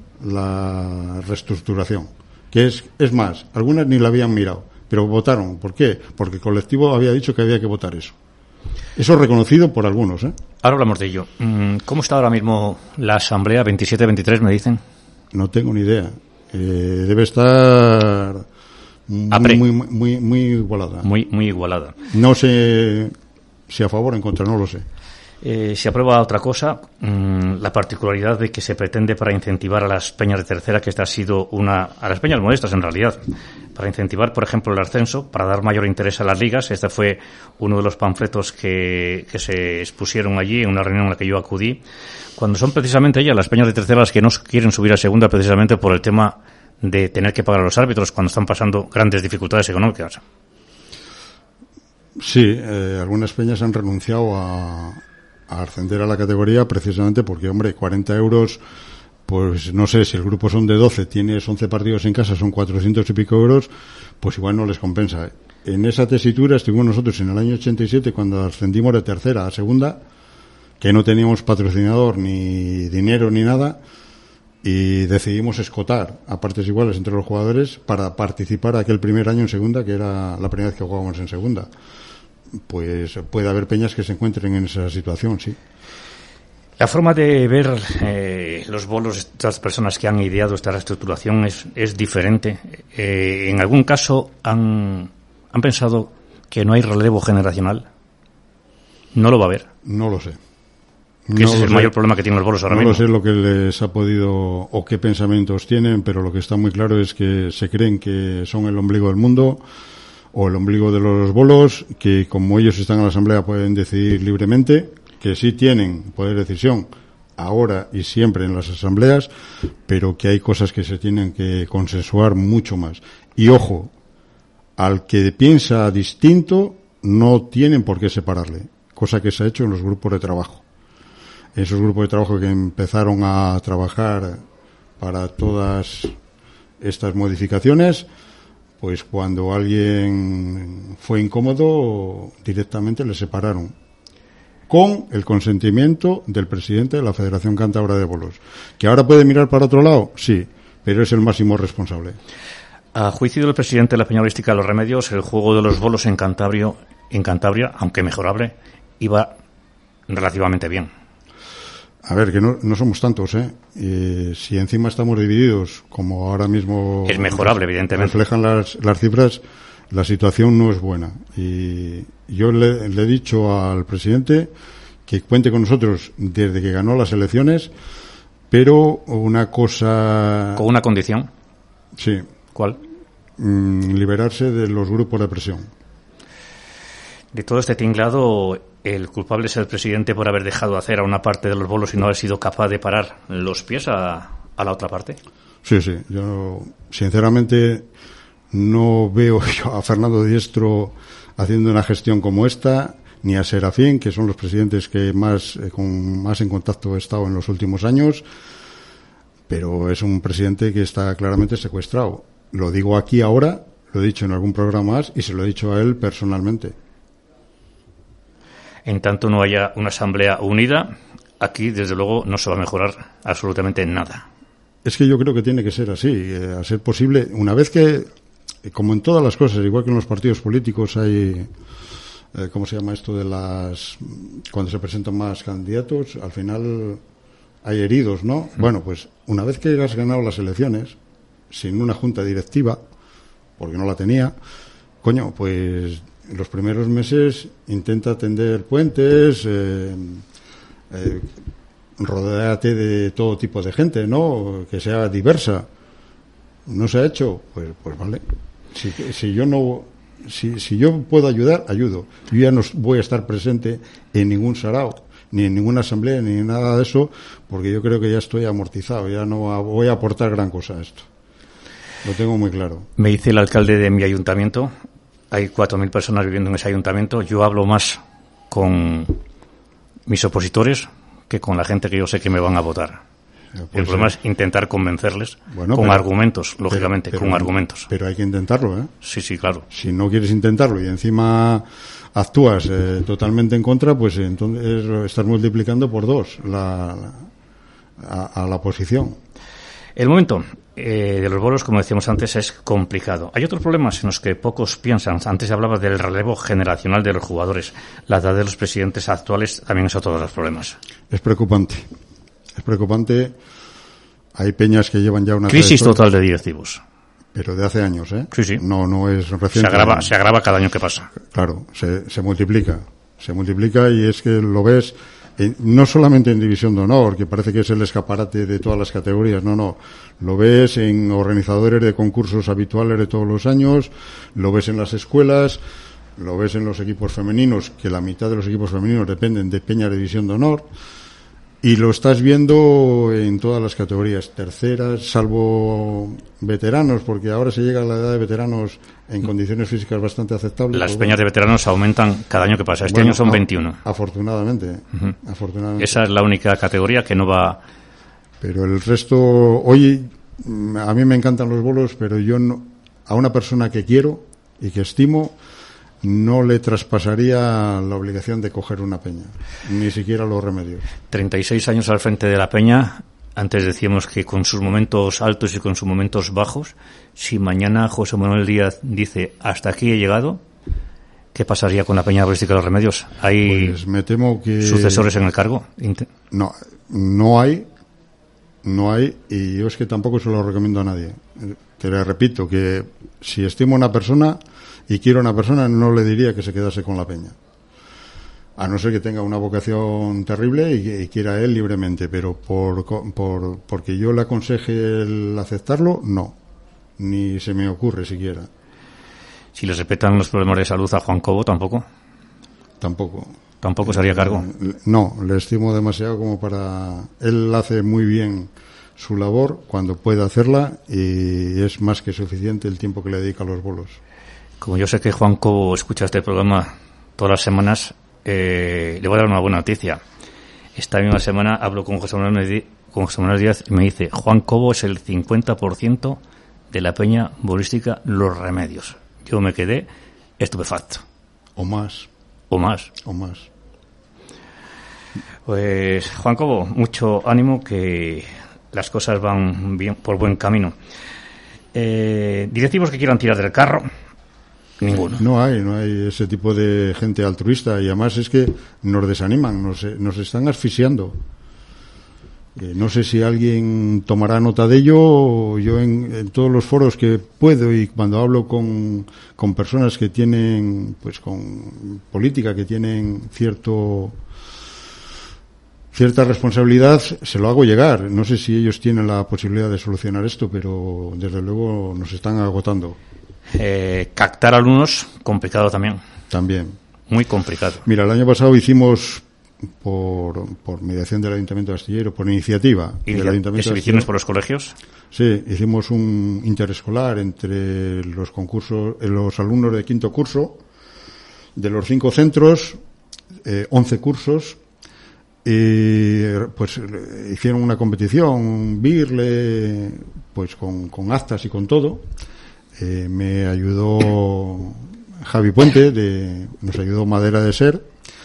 la reestructuración, que es, es más, algunas ni la habían mirado, pero votaron. ¿Por qué? Porque el colectivo había dicho que había que votar eso. Eso es reconocido por algunos, ¿eh? Ahora hablamos de ello. ¿Cómo está ahora mismo la asamblea veintisiete veintitrés, me dicen? No tengo ni idea. Eh, debe estar muy, muy, muy, muy igualada. Muy, muy igualada. No sé si a favor o en contra, no lo sé. Eh, se aprueba otra cosa, mmm, la particularidad de que se pretende para incentivar a las peñas de tercera, que esta ha sido una, a las peñas modestas en realidad, para incentivar, por ejemplo, el ascenso, para dar mayor interés a las ligas. Este fue uno de los panfletos que, que se expusieron allí en una reunión en la que yo acudí, cuando son precisamente ellas, las peñas de tercera, las que no quieren subir a segunda precisamente por el tema de tener que pagar a los árbitros cuando están pasando grandes dificultades económicas. Sí, eh, algunas peñas han renunciado a, a ascender a la categoría precisamente porque, hombre, cuarenta euros... Pues no sé, si el grupo son de doce, tienes once partidos en casa, son cuatrocientos y pico euros, pues igual no les compensa. En esa tesitura estuvimos nosotros en el año ochenta y siete, cuando ascendimos de tercera a segunda, que no teníamos patrocinador, ni dinero, ni nada, y decidimos escotar a partes iguales entre los jugadores para participar aquel primer año en segunda, que era la primera vez que jugábamos en segunda. Pues puede haber peñas que se encuentren en esa situación, sí. La forma de ver eh, los bolos de estas personas que han ideado esta reestructuración es, es diferente. Eh, en algún caso han, han pensado que no hay relevo generacional. ¿No lo va a haber? No lo sé. Que no ese es el sé. mayor problema que tienen los bolos ahora no mismo. No sé lo que les ha podido o qué pensamientos tienen, pero lo que está muy claro es que se creen que son el ombligo del mundo o el ombligo de los bolos, que como ellos están en la asamblea pueden decidir libremente, que sí tienen poder de decisión ahora y siempre en las asambleas, pero que hay cosas que se tienen que consensuar mucho más. Y ojo, al que piensa distinto no tienen por qué separarle, cosa que se ha hecho en los grupos de trabajo. Esos grupos de trabajo que empezaron a trabajar para todas estas modificaciones, pues cuando alguien fue incómodo, directamente le separaron, con el consentimiento del presidente de la Federación Cántabra de Bolos. ¿Que ahora puede mirar para otro lado? Sí, pero es el máximo responsable. A juicio del presidente de la Peña Holística de los Remedios, el juego de los bolos en Cantabria, en Cantabria, aunque mejorable, iba relativamente bien. A ver, que no, no somos tantos, ¿eh? Eh, si encima estamos divididos, como ahora mismo... Es mejorable, evidentemente. Reflejan las, las cifras, la situación no es buena. Y yo le, le he dicho al presidente que cuente con nosotros desde que ganó las elecciones, pero una cosa... ¿Con una condición? Sí. ¿Cuál? Mm, liberarse de los grupos de presión. De todo este tinglado, el culpable es el presidente por haber dejado hacer a una parte de los bolos y no haber sido capaz de parar los pies a, a la otra parte. Sí, sí. Yo, sinceramente, no veo yo a Fernando Diestro haciendo una gestión como esta, ni a Serafín, que son los presidentes que más eh, con más en contacto he estado en los últimos años, pero es un presidente que está claramente secuestrado. Lo digo aquí ahora, lo he dicho en algún programa más y se lo he dicho a él personalmente. En tanto no haya una asamblea unida, aquí desde luego no se va a mejorar absolutamente nada. Es que yo creo que tiene que ser así, eh, a ser posible, una vez que, como en todas las cosas, igual que en los partidos políticos hay, eh, ¿cómo se llama esto de las, cuando se presentan más candidatos, al final hay heridos, ¿no? Mm. Bueno, pues una vez que has ganado las elecciones, sin una junta directiva, porque no la tenía, coño, pues los primeros meses intenta tender puentes, eh, eh, rodéate de todo tipo de gente, ¿no? Que sea diversa. No se ha hecho, pues, pues vale. Si, si yo no, si, si yo puedo ayudar, ayudo. Yo ya no voy a estar presente en ningún sarao, ni en ninguna asamblea, ni en nada de eso, porque yo creo que ya estoy amortizado, ya no voy a aportar gran cosa a esto. Lo tengo muy claro. Me dice el alcalde de mi ayuntamiento, hay cuatro mil personas viviendo en ese ayuntamiento, yo hablo más con mis opositores que con la gente que yo sé que me van a votar. Pues el problema sí. es intentar convencerles bueno, con pero, argumentos, lógicamente, pero, pero, con argumentos. Pero hay que intentarlo, ¿eh? Sí, sí, claro. Si no quieres intentarlo y encima actúas eh, totalmente en contra, pues entonces estás multiplicando por dos la, la, a, a la oposición. El momento eh, de los bolos, como decíamos antes, es complicado. Hay otros problemas en los que pocos piensan. Antes hablaba del relevo generacional de los jugadores. La edad de los presidentes actuales también es otro de los problemas. Es preocupante. Es preocupante. Hay peñas que llevan ya una crisis total de directivos. Pero de hace años, ¿eh? Sí, sí. No, no es reciente. Se agrava, se agrava cada año que pasa. Claro, se, se multiplica. Se multiplica y es que lo ves eh, no solamente en División de Honor, que parece que es el escaparate de todas las categorías, no, no. Lo ves en organizadores de concursos habituales de todos los años, lo ves en las escuelas, lo ves en los equipos femeninos, que la mitad de los equipos femeninos dependen de Peña de División de Honor. Y lo estás viendo en todas las categorías, terceras, salvo veteranos, porque ahora se llega a la edad de veteranos en condiciones físicas bastante aceptables. Las peñas de veteranos aumentan cada año que pasa. Este bueno, año son veintiuno. Afortunadamente, uh-huh. afortunadamente. Esa es la única categoría que no va... Pero el resto... Oye, a mí me encantan los bolos, pero yo no, a una persona que quiero y que estimo... no le traspasaría la obligación de coger una peña, ni siquiera los remedios. treinta y seis años al frente de la peña. Antes decíamos que con sus momentos altos y con sus momentos bajos, si mañana José Manuel Díaz dice hasta aquí he llegado, ¿qué pasaría con la peña bolística de los remedios? ¿Hay pues me temo que sucesores en el cargo? No, no hay, no hay, y yo es que tampoco se lo recomiendo a nadie. Te lo repito, que si estimo a una persona y quiero a una persona, no le diría que se quedase con la peña. A no ser que tenga una vocación terrible y, y quiera él libremente, pero por, por porque yo le aconseje el aceptarlo, no. Ni se me ocurre siquiera. Si le respetan los problemas de salud a Juan Cobo, tampoco. Tampoco. Tampoco se haría cargo. No, le estimo demasiado como para... Él hace muy bien su labor cuando puede hacerla y es más que suficiente el tiempo que le dedica a los bolos. Como yo sé que Juan Cobo escucha este programa todas las semanas, eh, le voy a dar una buena noticia. Esta misma semana hablo con José Manuel, con José Manuel Díaz y me dice: Juan Cobo es el cincuenta por ciento de la peña bolística Los Remedios. Yo me quedé estupefacto. O más. O más. O más. Pues, Juan Cobo, mucho ánimo, que las cosas van bien, por buen camino. Eh, directivos que quieran tirar del carro, ninguno. No hay, no hay ese tipo de gente altruista, y además es que nos desaniman, nos, nos están asfixiando. Eh, no sé si alguien tomará nota de ello. Yo en, en todos los foros que puedo y cuando hablo con, con personas que tienen, pues con política, que tienen cierto cierta responsabilidad, se lo hago llegar. No sé si ellos tienen la posibilidad de solucionar esto, pero desde luego nos están agotando. Eh, captar alumnos, complicado también. También. Muy complicado. Mira, el año pasado hicimos, por, por mediación del Ayuntamiento de Astillero, por iniciativa del Ayuntamiento de Astillero, por los colegios. Sí, hicimos un interescolar entre los concursos, los alumnos de quinto curso de los cinco centros, eh, once cursos, y pues hicieron una competición, un birle, pues con, con actas y con todo. Eh, me ayudó Javi Puente, de, nos ayudó Madera de Ser,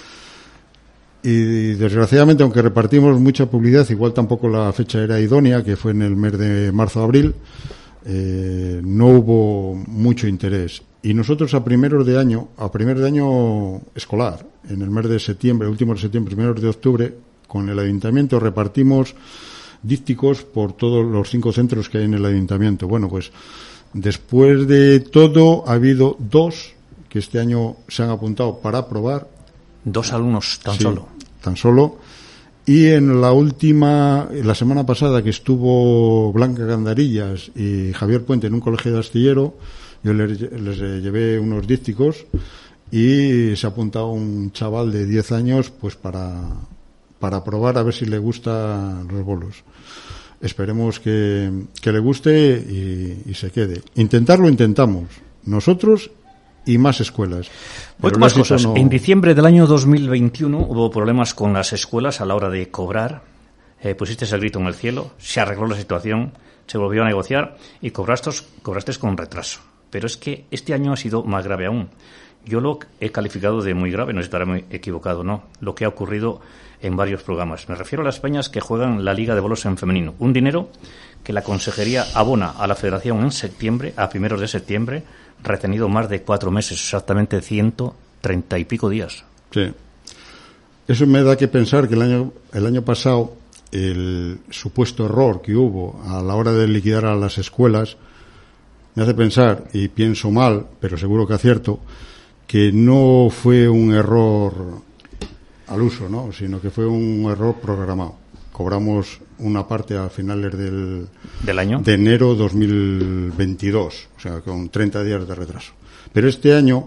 y desgraciadamente, aunque repartimos mucha publicidad, igual tampoco la fecha era idónea, que fue en el mes de marzo-abril, eh, no hubo mucho interés. Y nosotros a primeros de año, a primeros de año escolar, en el mes de septiembre, último de septiembre, primeros de octubre, con el ayuntamiento repartimos dípticos por todos los cinco centros que hay en el ayuntamiento. Bueno, pues después de todo ha habido dos que este año se han apuntado para probar. Dos alumnos tan sí, solo. Tan solo. Y en la última, la semana pasada, que estuvo Blanca Gandarillas y Javier Puente en un colegio de Astillero, yo les, les llevé unos dípticos y se ha apuntado un chaval de diez años pues para, para probar a ver si le gustan los bolos. Esperemos que, que le guste y, y se quede. Intentarlo intentamos, nosotros y más escuelas. Voy con más cosas. No... En diciembre del año dos mil veintiuno hubo problemas con las escuelas a la hora de cobrar. Eh, pusiste el grito en el cielo, se arregló la situación, se volvió a negociar y cobraste, cobraste con retraso. Pero es que este año ha sido más grave aún. Yo lo he calificado de muy grave, no estaré muy equivocado, no, lo que ha ocurrido en varios programas. Me refiero a las peñas que juegan la Liga de Bolos en femenino. Un dinero que la Consejería abona a la Federación en septiembre, a primeros de septiembre, retenido más de cuatro meses, exactamente ciento treinta y pico días. Sí. Eso me da que pensar que el año, el año pasado el supuesto error que hubo a la hora de liquidar a las escuelas me hace pensar, y pienso mal, pero seguro que acierto, que no fue un error al uso, ¿no? Sino que fue un error programado. Cobramos una parte a finales del, ¿Del año? de enero dos mil veintidós, o sea, con treinta días de retraso. Pero este año,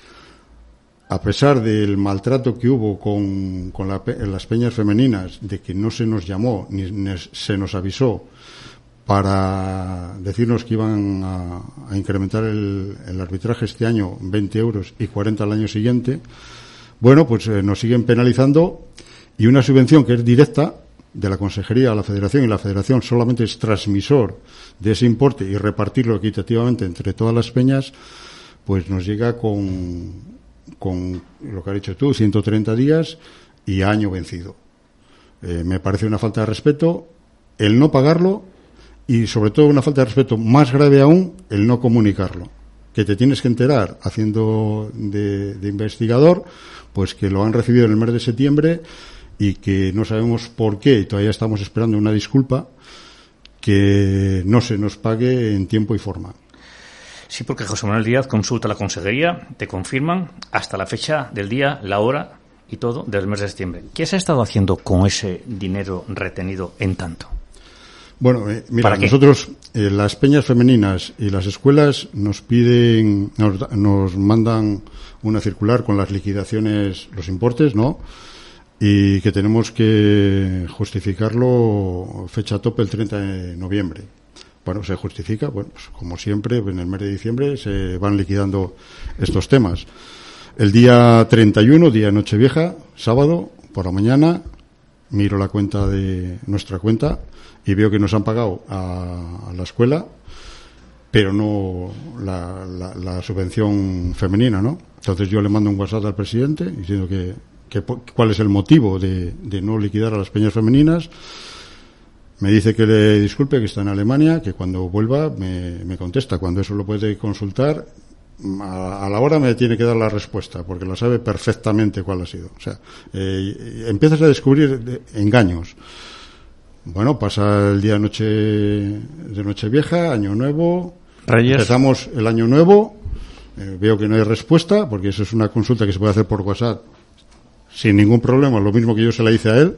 a pesar del maltrato que hubo con, con la, las peñas femeninas, de que no se nos llamó ni, ni se nos avisó para decirnos que iban a, a incrementar el, el arbitraje este año veinte euros y cuarenta al año siguiente, bueno, pues eh, nos siguen penalizando, y una subvención que es directa de la Consejería a la Federación, y la Federación solamente es transmisor de ese importe y repartirlo equitativamente entre todas las peñas, pues nos llega con, con lo que has dicho tú, ciento treinta días y año vencido. Eh, me parece una falta de respeto el no pagarlo, y sobre todo una falta de respeto más grave aún el no comunicarlo, que te tienes que enterar haciendo de, de investigador, pues que lo han recibido en el mes de septiembre y que no sabemos por qué, y todavía estamos esperando una disculpa, que no se nos pague en tiempo y forma. Sí, porque José Manuel Díaz consulta a la consejería, te confirman hasta la fecha del día, la hora y todo del mes de septiembre. ¿Qué se ha estado haciendo con ese dinero retenido en tanto? Bueno, eh, mira, nosotros, eh, las peñas femeninas y las escuelas nos piden, nos, nos mandan una circular con las liquidaciones, los importes, ¿no? Y que tenemos que justificarlo fecha tope el treinta de noviembre. Bueno, se justifica, bueno, pues como siempre, en el mes de diciembre se van liquidando estos temas. El día treinta y uno, día de Nochevieja, sábado, por la mañana, miro la cuenta de nuestra cuenta y veo que nos han pagado a, a la escuela, pero no la, la, la subvención femenina, ¿no? Entonces yo le mando un WhatsApp al presidente diciendo que, que cuál es el motivo de, de no liquidar a las peñas femeninas. Me dice que le disculpe, que está en Alemania, que cuando vuelva me, me contesta. Cuando eso lo puede consultar, a, a la hora me tiene que dar la respuesta, porque la sabe perfectamente cuál ha sido. O sea, eh, empiezas a descubrir de, engaños. Bueno, pasa el día noche de Nochevieja, Año Nuevo, Reyes. Empezamos el Año Nuevo, eh, veo que no hay respuesta, porque eso es una consulta que se puede hacer por WhatsApp sin ningún problema, lo mismo que yo se la hice a él.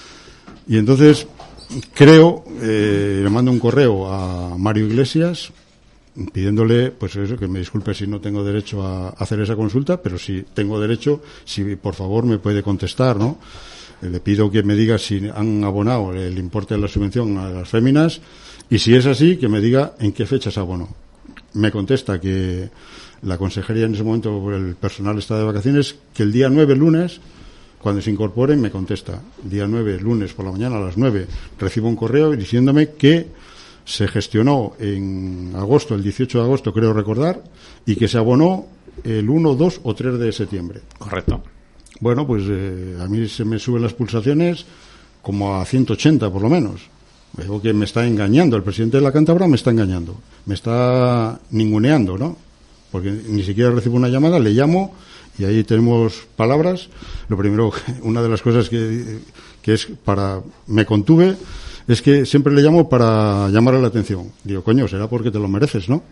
Y entonces creo, eh, le mando un correo a Mario Iglesias pidiéndole, pues eso, que me disculpe si no tengo derecho a hacer esa consulta, pero si tengo derecho, si por favor me puede contestar, ¿no? Le pido que me diga si han abonado el importe de la subvención a las féminas, y si es así, que me diga en qué fecha se abonó. Me contesta que la consejería en ese momento, el personal está de vacaciones, que el día nueve, lunes, cuando se incorporen, me contesta. Día nueve, lunes por la mañana a las nueve, recibo un correo diciéndome que se gestionó en agosto, el dieciocho de agosto, creo recordar, y que se abonó el uno, dos o tres de septiembre. Correcto. Bueno, pues eh, a mí se me suben las pulsaciones como a ciento ochenta por lo menos. Veo que me está engañando, el presidente de la Cántabra me está engañando, me está ninguneando, ¿no? Porque ni siquiera recibo una llamada, le llamo y ahí tenemos palabras. Lo primero, una de las cosas que, que es para, me contuve, es que siempre le llamo para llamarle la atención. Digo, coño, será porque te lo mereces, ¿no?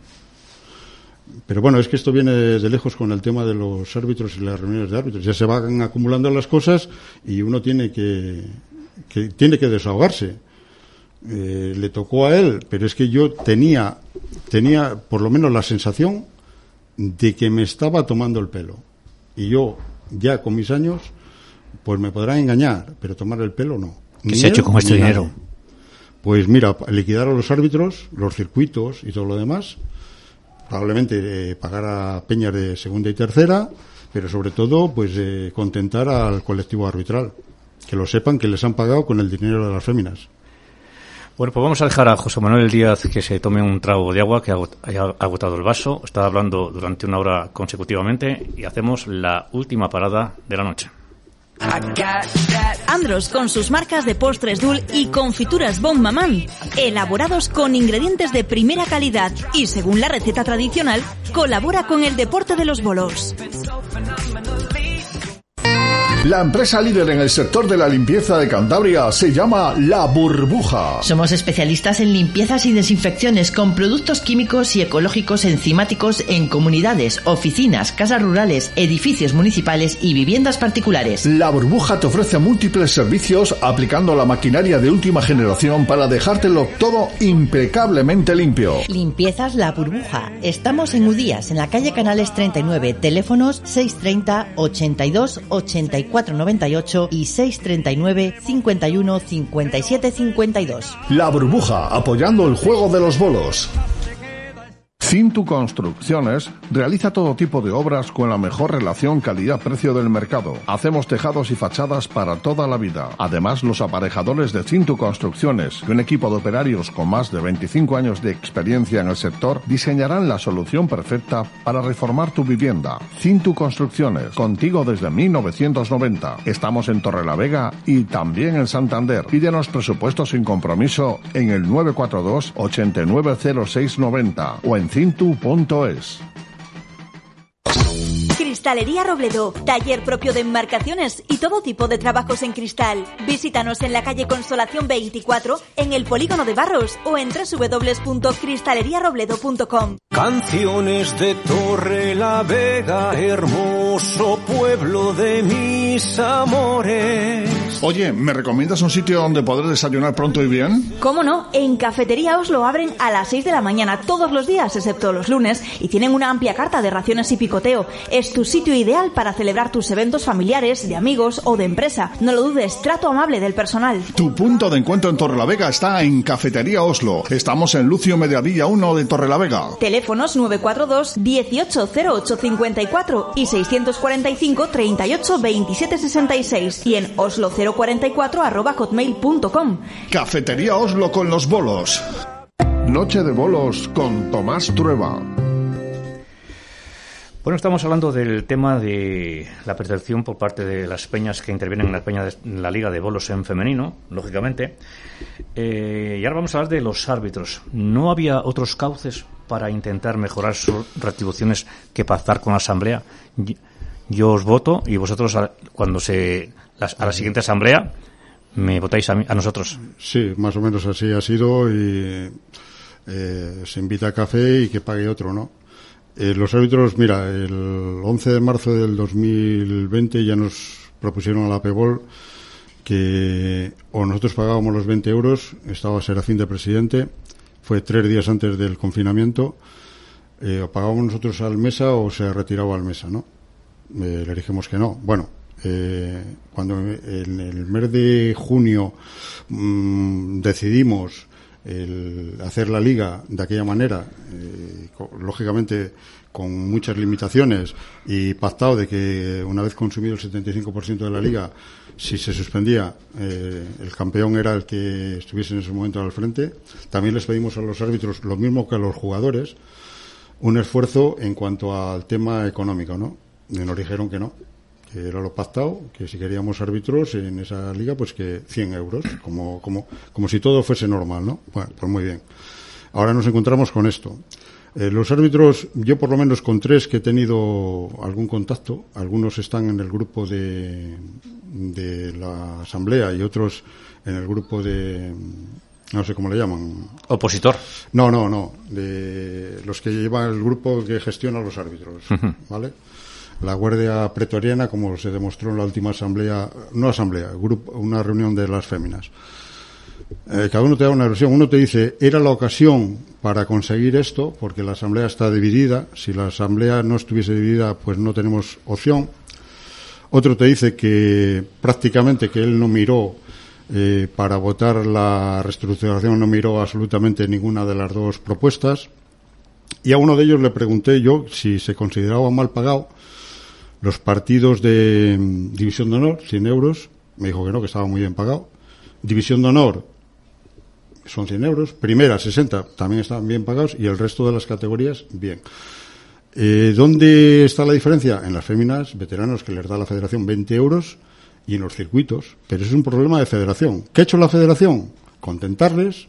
Pero bueno, es que esto viene de lejos con el tema de los árbitros y las reuniones de árbitros. Ya se van acumulando las cosas y uno tiene que, que tiene que desahogarse. Eh, le tocó a él, pero es que yo tenía, tenía por lo menos la sensación de que me estaba tomando el pelo. Y yo, ya con mis años, pues me podrán engañar, pero tomar el pelo no. ¿Qué se ha hecho con este dinero? Pues mira, liquidar a los árbitros, los circuitos y todo lo demás. Probablemente eh, pagar a peñas de segunda y tercera, pero sobre todo pues eh, contentar al colectivo arbitral, que lo sepan que les han pagado con el dinero de las féminas. Bueno, pues vamos a dejar a José Manuel Díaz que se tome un trago de agua, que haya agotado el vaso. Está hablando durante una hora consecutivamente y hacemos la última parada de la noche. Andros, con sus marcas de postres Dul y confituras Bon Maman, elaborados con ingredientes de primera calidad y según la receta tradicional, colabora con el deporte de los bolos. La empresa líder en el sector de la limpieza de Cantabria se llama La Burbuja. Somos especialistas en limpiezas y desinfecciones con productos químicos y ecológicos enzimáticos en comunidades, oficinas, casas rurales, edificios municipales y viviendas particulares. La Burbuja te ofrece múltiples servicios aplicando la maquinaria de última generación para dejártelo todo impecablemente limpio. Limpiezas La Burbuja. Estamos en Udías, en la calle Canales treinta y nueve. Teléfonos seiscientos treinta, ochenta y dos, ochenta y cuatro noventa y ocho y seiscientos treinta y nueve, cincuenta y uno, cincuenta y siete cincuenta y dos. La Burbuja, apoyando el juego de los bolos. Cintu Construcciones realiza todo tipo de obras con la mejor relación calidad-precio del mercado. Hacemos tejados y fachadas para toda la vida. Además, los aparejadores de Cintu Construcciones y un equipo de operarios con más de veinticinco años de experiencia en el sector diseñarán la solución perfecta para reformar tu vivienda. Cintu Construcciones, contigo desde mil novecientos noventa. Estamos en Torrelavega y también en Santander. Pídenos presupuestos sin compromiso en el nueve cuatro dos, ochenta y nueve cero seis noventa o en cintu punto es. Cristalería Robledo, taller propio de enmarcaciones y todo tipo de trabajos en cristal. Visítanos en la calle Consolación veinticuatro, en el Polígono de Barros o en doble u doble u doble u punto cristalería robledo punto com. Canciones de Torrelavega, hermoso pueblo de mis amores. Oye, ¿me recomiendas un sitio donde poder desayunar pronto y bien? ¿Cómo no? En Cafetería Oslo abren a las seis de la mañana todos los días, excepto los lunes, y tienen una amplia carta de raciones y picoteo. Es tu sitio ideal para celebrar tus eventos familiares, de amigos o de empresa. No lo dudes, trato amable del personal. Tu punto de encuentro en Torrelavega está en Cafetería Oslo. Estamos en Lucio Mediavilla uno de Torrelavega. Teléfonos nueve cuatro dos, dieciocho cero ocho cincuenta y cuatro y seiscientos cuarenta y cinco, treinta y ocho, veintisiete sesenta y seis y en oslo cero cuarenta y cuatro arroba hotmail punto com. Cafetería Oslo con los bolos. Noche de bolos con Tomás Trueba. Bueno, estamos hablando del tema de la percepción por parte de las peñas que intervienen en la peña de la Liga de Bolos en femenino, lógicamente. Eh, y ahora vamos a hablar de los árbitros. ¿No había otros cauces para intentar mejorar sus retribuciones que pactar con la Asamblea? Yo os voto y vosotros, cuando se a la siguiente Asamblea, me votáis a, mí, a nosotros. Sí, más o menos así ha sido y eh, se invita a café y que pague otro, ¿no? Eh, los árbitros, mira, el once de marzo del dos mil veinte ya nos propusieron a la APEBOL que o nosotros pagábamos los veinte euros, estaba Serafín de presidente, fue tres días antes del confinamiento, eh, o pagábamos nosotros al Mesa o se retiraba al Mesa, ¿no? Eh, le dijimos que no. Bueno, eh, cuando en el mes de junio mmm, decidimos el hacer la liga de aquella manera, eh, co- lógicamente con muchas limitaciones y pactado de que una vez consumido el setenta y cinco por ciento de la liga, si se suspendía, eh, el campeón era el que estuviese en ese momento al frente. También les pedimos a los árbitros, lo mismo que a los jugadores, un esfuerzo en cuanto al tema económico, ¿no? Y nos dijeron que no, que era lo pactado, que si queríamos árbitros en esa liga, pues que cien euros, como, como, como si todo fuese normal, ¿no? Bueno, pues muy bien. Ahora nos encontramos con esto. Eh, los árbitros, yo por lo menos con tres que he tenido algún contacto, algunos están en el grupo de, de la Asamblea y otros en el grupo de, no sé cómo le llaman. Opositor. No, no, no, de los que llevan el grupo que gestiona los árbitros, uh-huh. ¿Vale? La Guardia Pretoriana, como se demostró en la última asamblea, no asamblea, grupo, una reunión de las féminas. Eh, cada uno te da una versión. Uno te dice, era la ocasión para conseguir esto, porque la asamblea está dividida. Si la asamblea no estuviese dividida, pues no tenemos opción. Otro te dice que prácticamente que él no miró eh, para votar la reestructuración, no miró absolutamente ninguna de las dos propuestas. Y a uno de ellos le pregunté yo si se consideraba mal pagado los partidos de um, División de Honor, cien euros. Me dijo que no, que estaba muy bien pagado. División de Honor son cien euros. Primera, sesenta, también estaban bien pagados. Y el resto de las categorías, bien. Eh, ¿Dónde está la diferencia? En las féminas, veteranos, que les da la federación veinte euros, y en los circuitos. Pero eso es un problema de federación. ¿Qué ha hecho la federación? Contentarles,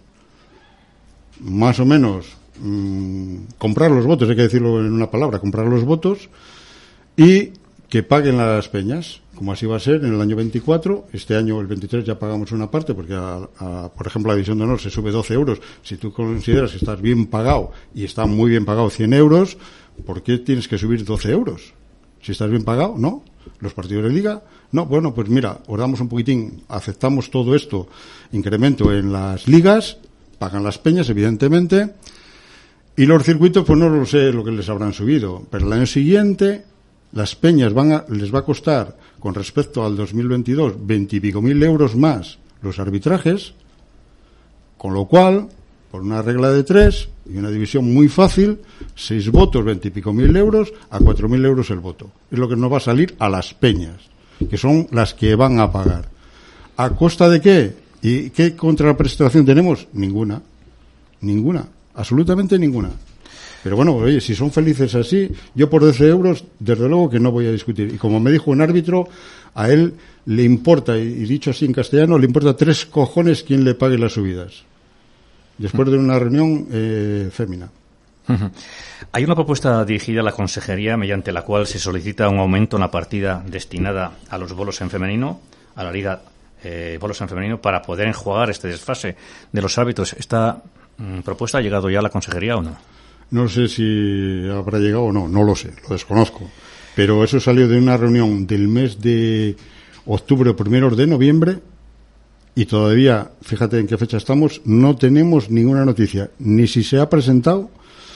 más o menos, mmm, comprar los votos, hay que decirlo en una palabra, comprar los votos, y que paguen las peñas, como así va a ser en el año veinticuatro. Este año, el veintitrés, ya pagamos una parte, porque, a, a, por ejemplo, la División de Honor se sube doce euros. Si tú consideras que estás bien pagado, y está muy bien pagado cien euros, ¿por qué tienes que subir doce euros? Si estás bien pagado, ¿no? Los partidos de liga, no. Bueno, pues mira, os damos un poquitín, aceptamos todo esto, incremento en las ligas, pagan las peñas, evidentemente, y los circuitos, pues no lo sé lo que les habrán subido, pero el año siguiente las peñas van a, les va a costar, con respecto al dos mil veintidós, veintipico mil euros más los arbitrajes, con lo cual, por una regla de tres y una división muy fácil, seis votos, veintipico mil euros, a cuatro mil euros el voto. Es lo que nos va a salir a las peñas, que son las que van a pagar. ¿A costa de qué? ¿Y qué contraprestación tenemos? Ninguna. Ninguna. Absolutamente ninguna. Pero bueno, oye, si son felices así, yo por doce euros, desde luego que no voy a discutir. Y como me dijo un árbitro, a él le importa, y dicho así en castellano, le importa tres cojones quién le pague las subidas. Después de una reunión eh, fémina. Uh-huh. Hay una propuesta dirigida a la Consejería mediante la cual se solicita un aumento en la partida destinada a los bolos en femenino, a la Liga eh, Bolos en Femenino, para poder enjuagar este desfase de los árbitros. ¿Esta mm, propuesta ha llegado ya a la Consejería o no? No sé si habrá llegado o no, no lo sé, lo desconozco. Pero eso salió de una reunión del mes de octubre o primeros de noviembre y todavía, fíjate en qué fecha estamos, no tenemos ninguna noticia, ni si se ha presentado,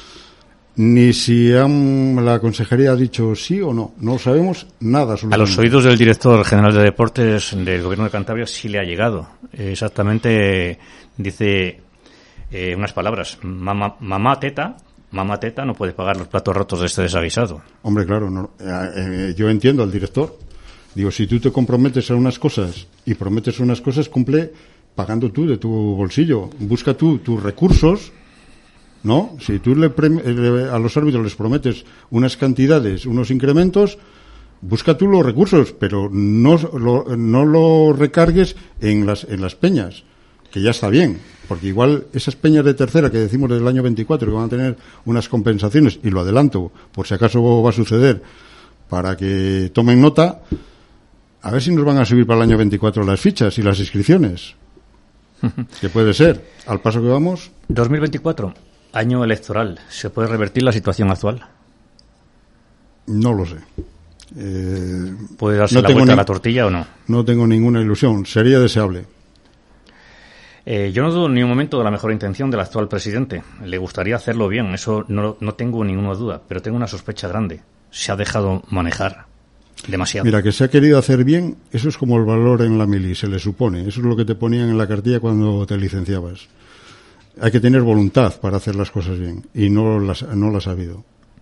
ni si han, la Consejería ha dicho sí o no. No sabemos nada. A los oídos del director general de Deportes del Gobierno de Cantabria sí le ha llegado. Exactamente, dice eh, unas palabras, mamá, mamá teta, mamá teta no puede pagar los platos rotos de este desaguisado. Hombre, claro, no, eh, eh, yo entiendo al director. Digo, si tú te comprometes a unas cosas y prometes unas cosas, cumple pagando tú de tu bolsillo. Busca tú tus recursos, ¿no? Si tú le pre- le, a los árbitros les prometes unas cantidades, unos incrementos, busca tú los recursos, pero no lo, no lo recargues en las, en las peñas, que ya está bien. Porque igual esas peñas de tercera que decimos desde el año veinticuatro que van a tener unas compensaciones, y lo adelanto por si acaso va a suceder, para que tomen nota, a ver si nos van a subir para el año veinticuatro las fichas y las inscripciones. Que puede ser, al paso que vamos. dos mil veinticuatro, año electoral. ¿Se puede revertir la situación actual? No lo sé. Eh, ¿Puede darse no la vuelta ni- a la tortilla o no? No tengo ninguna ilusión. Sería deseable. Eh, yo no dudo ni un momento de la mejor intención del actual presidente. Le gustaría hacerlo bien, eso no, no tengo ninguna duda, pero tengo una sospecha grande. Se ha dejado manejar demasiado. Mira, que se ha querido hacer bien, eso es como el valor en la mili, se le supone. Eso es lo que te ponían en la cartilla cuando te licenciabas. Hay que tener voluntad para hacer las cosas bien, y no las, no las ha habido.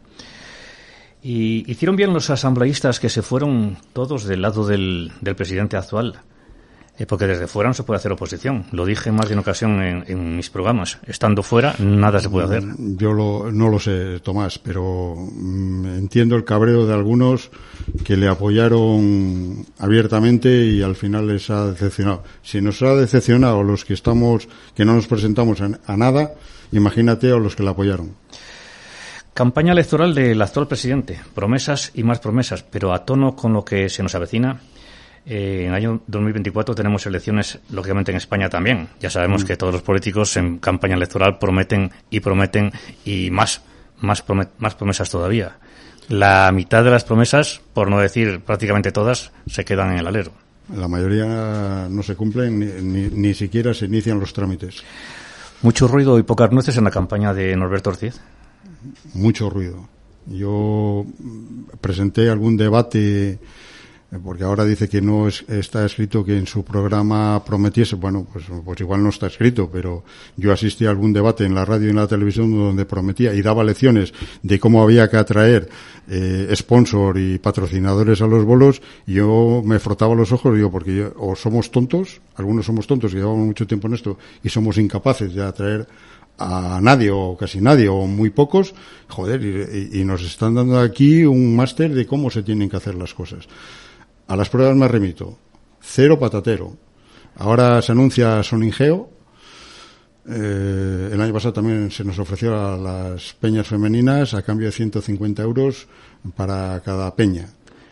Y hicieron bien los asambleístas que se fueron todos del lado del, del presidente actual. Eh, porque desde fuera no se puede hacer oposición. Lo dije en más de una ocasión en, en mis programas. Estando fuera, nada se puede hacer. Yo lo, no lo sé, Tomás, pero mm, entiendo el cabreo de algunos que le apoyaron abiertamente y al final les ha decepcionado. Si nos ha decepcionado a los que estamos, que no nos presentamos a, a nada, imagínate a los que le apoyaron. Campaña electoral del actual presidente. Promesas y más promesas, pero a tono con lo que se nos avecina. Eh, en el año dos mil veinticuatro tenemos elecciones, lógicamente en España también. Ya sabemos mm. que todos los políticos en campaña electoral prometen y prometen y más, más, promet- más promesas todavía. La mitad de las promesas, por no decir prácticamente todas, se quedan en el alero. La mayoría no se cumplen, ni, ni, ni siquiera se inician los trámites. Mucho ruido y pocas nueces en la campaña de Norberto Ortiz. Mucho ruido. Yo presenté algún debate, porque ahora dice que no es, está escrito que en su programa prometiese. Bueno, pues, pues igual no está escrito, pero yo asistí a algún debate en la radio y en la televisión donde prometía y daba lecciones de cómo había que atraer eh, sponsor y patrocinadores a los bolos, y yo me frotaba los ojos, digo, porque yo, o somos tontos, algunos somos tontos y llevamos mucho tiempo en esto y somos incapaces de atraer a nadie o casi nadie o muy pocos, joder, y, y nos están dando aquí un máster de cómo se tienen que hacer las cosas. A las pruebas me remito. Cero patatero. Ahora se anuncia Soningeo. Eh, el año pasado también se nos ofreció a las peñas femeninas a cambio de ciento cincuenta euros para cada peña.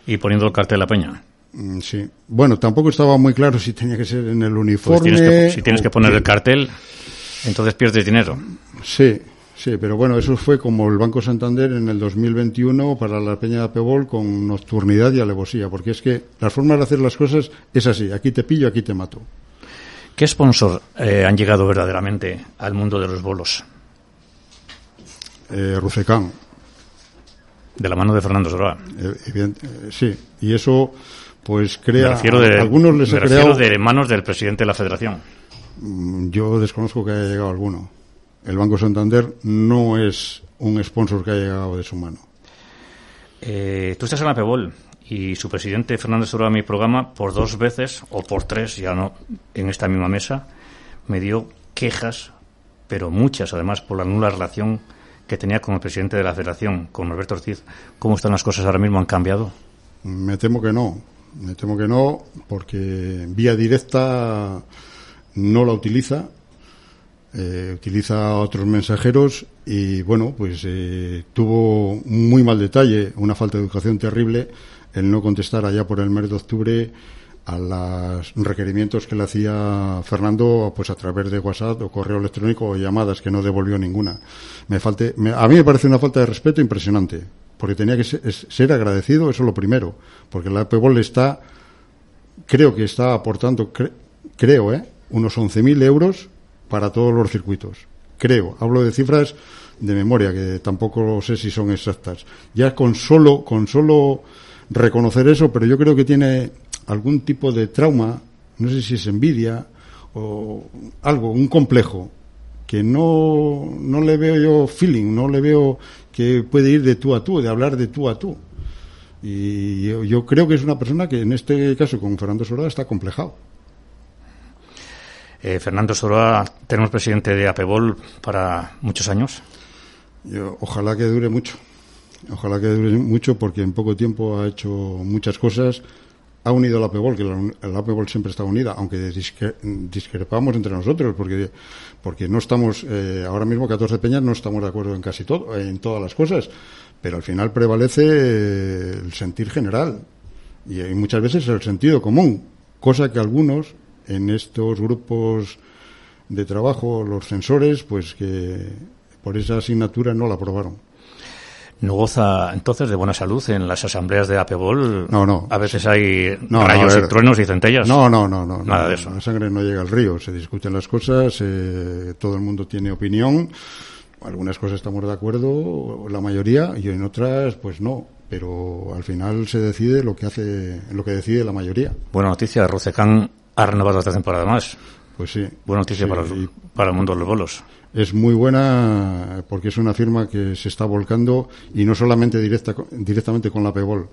Y poniendo el cartel La Peña. Mm, sí. Bueno, tampoco estaba muy claro si tenía que ser en el uniforme. Pues tienes que, si tienes que poner que... el cartel, entonces pierdes dinero. Sí, sí, pero bueno, eso fue como el Banco Santander en el dos mil veintiuno para la Peña de Apebol con nocturnidad y alevosía, porque es que las formas de hacer las cosas es así, aquí te pillo, aquí te mato. ¿Qué sponsor eh, han llegado verdaderamente al mundo de los bolos? Eh, Rucecán. De la mano de Fernando Soroa. Eh, eh, sí, y eso pues crea... Me refiero de, a algunos les me ha refiero creado... de manos del presidente de la Federación. Yo desconozco que haya llegado alguno. El Banco Santander no es un sponsor que haya llegado de su mano. Eh, tú estás en Apebol y su presidente Fernando Soroa, mi programa, por dos veces o por tres, ya no, en esta misma mesa, me dio quejas, pero muchas además, por la nula relación que tenía con el presidente de la Federación, con Alberto Ortiz. ¿Cómo están las cosas ahora mismo? ¿Han cambiado? Me temo que no. Me temo que no, porque vía directa no la utiliza. Eh, utiliza otros mensajeros y, bueno, pues eh, tuvo muy mal detalle, una falta de educación terrible, el no contestar allá por el mes de octubre a los requerimientos que le hacía Fernando, pues a través de WhatsApp o correo electrónico o llamadas, que no devolvió ninguna. Me falte, me, a mí me parece una falta de respeto impresionante, porque tenía que ser, ser agradecido, eso es lo primero, porque la Apebol está, creo que está aportando, cre, creo, eh, unos once mil euros para todos los circuitos. Creo, hablo de cifras de memoria, que tampoco sé si son exactas. Ya con solo, con solo reconocer eso, pero yo creo que tiene algún tipo de trauma, no sé si es envidia o algo, un complejo, que no, no le veo yo feeling, no le veo que puede ir de tú a tú, de hablar de tú a tú. Y yo, yo creo que es una persona que en este caso con Fernando Soroa está complejado. Eh, Fernando Soroa, tenemos presidente de Apebol para muchos años. Yo, ojalá que dure mucho, ojalá que dure mucho, porque en poco tiempo ha hecho muchas cosas. Ha unido la Apebol, que la, la Apebol siempre está unida, aunque discre, discrepamos entre nosotros, porque porque no estamos, eh, ahora mismo catorce peñas no estamos de acuerdo en casi todo, en todas las cosas, pero al final prevalece eh, el sentir general y, y muchas veces el sentido común, cosa que algunos en estos grupos de trabajo, los censores, pues que por esa asignatura no la aprobaron. ¿No goza entonces de buena salud en las asambleas de Apebol? No, no. A veces hay no, rayos no, y truenos y centellas. No, no, no, no. Nada no, de eso. La sangre no llega al río, se discuten las cosas, eh, todo el mundo tiene opinión, algunas cosas estamos de acuerdo, la mayoría, y en otras, pues no. Pero al final se decide lo que hace, lo que decide la mayoría. Buena noticia, Rucecán ha renovado esta temporada más. Pues sí. Buena noticia sí, para, el, para el mundo de los bolos. Es muy buena porque es una firma que se está volcando y no solamente directa, directamente con la Apebol.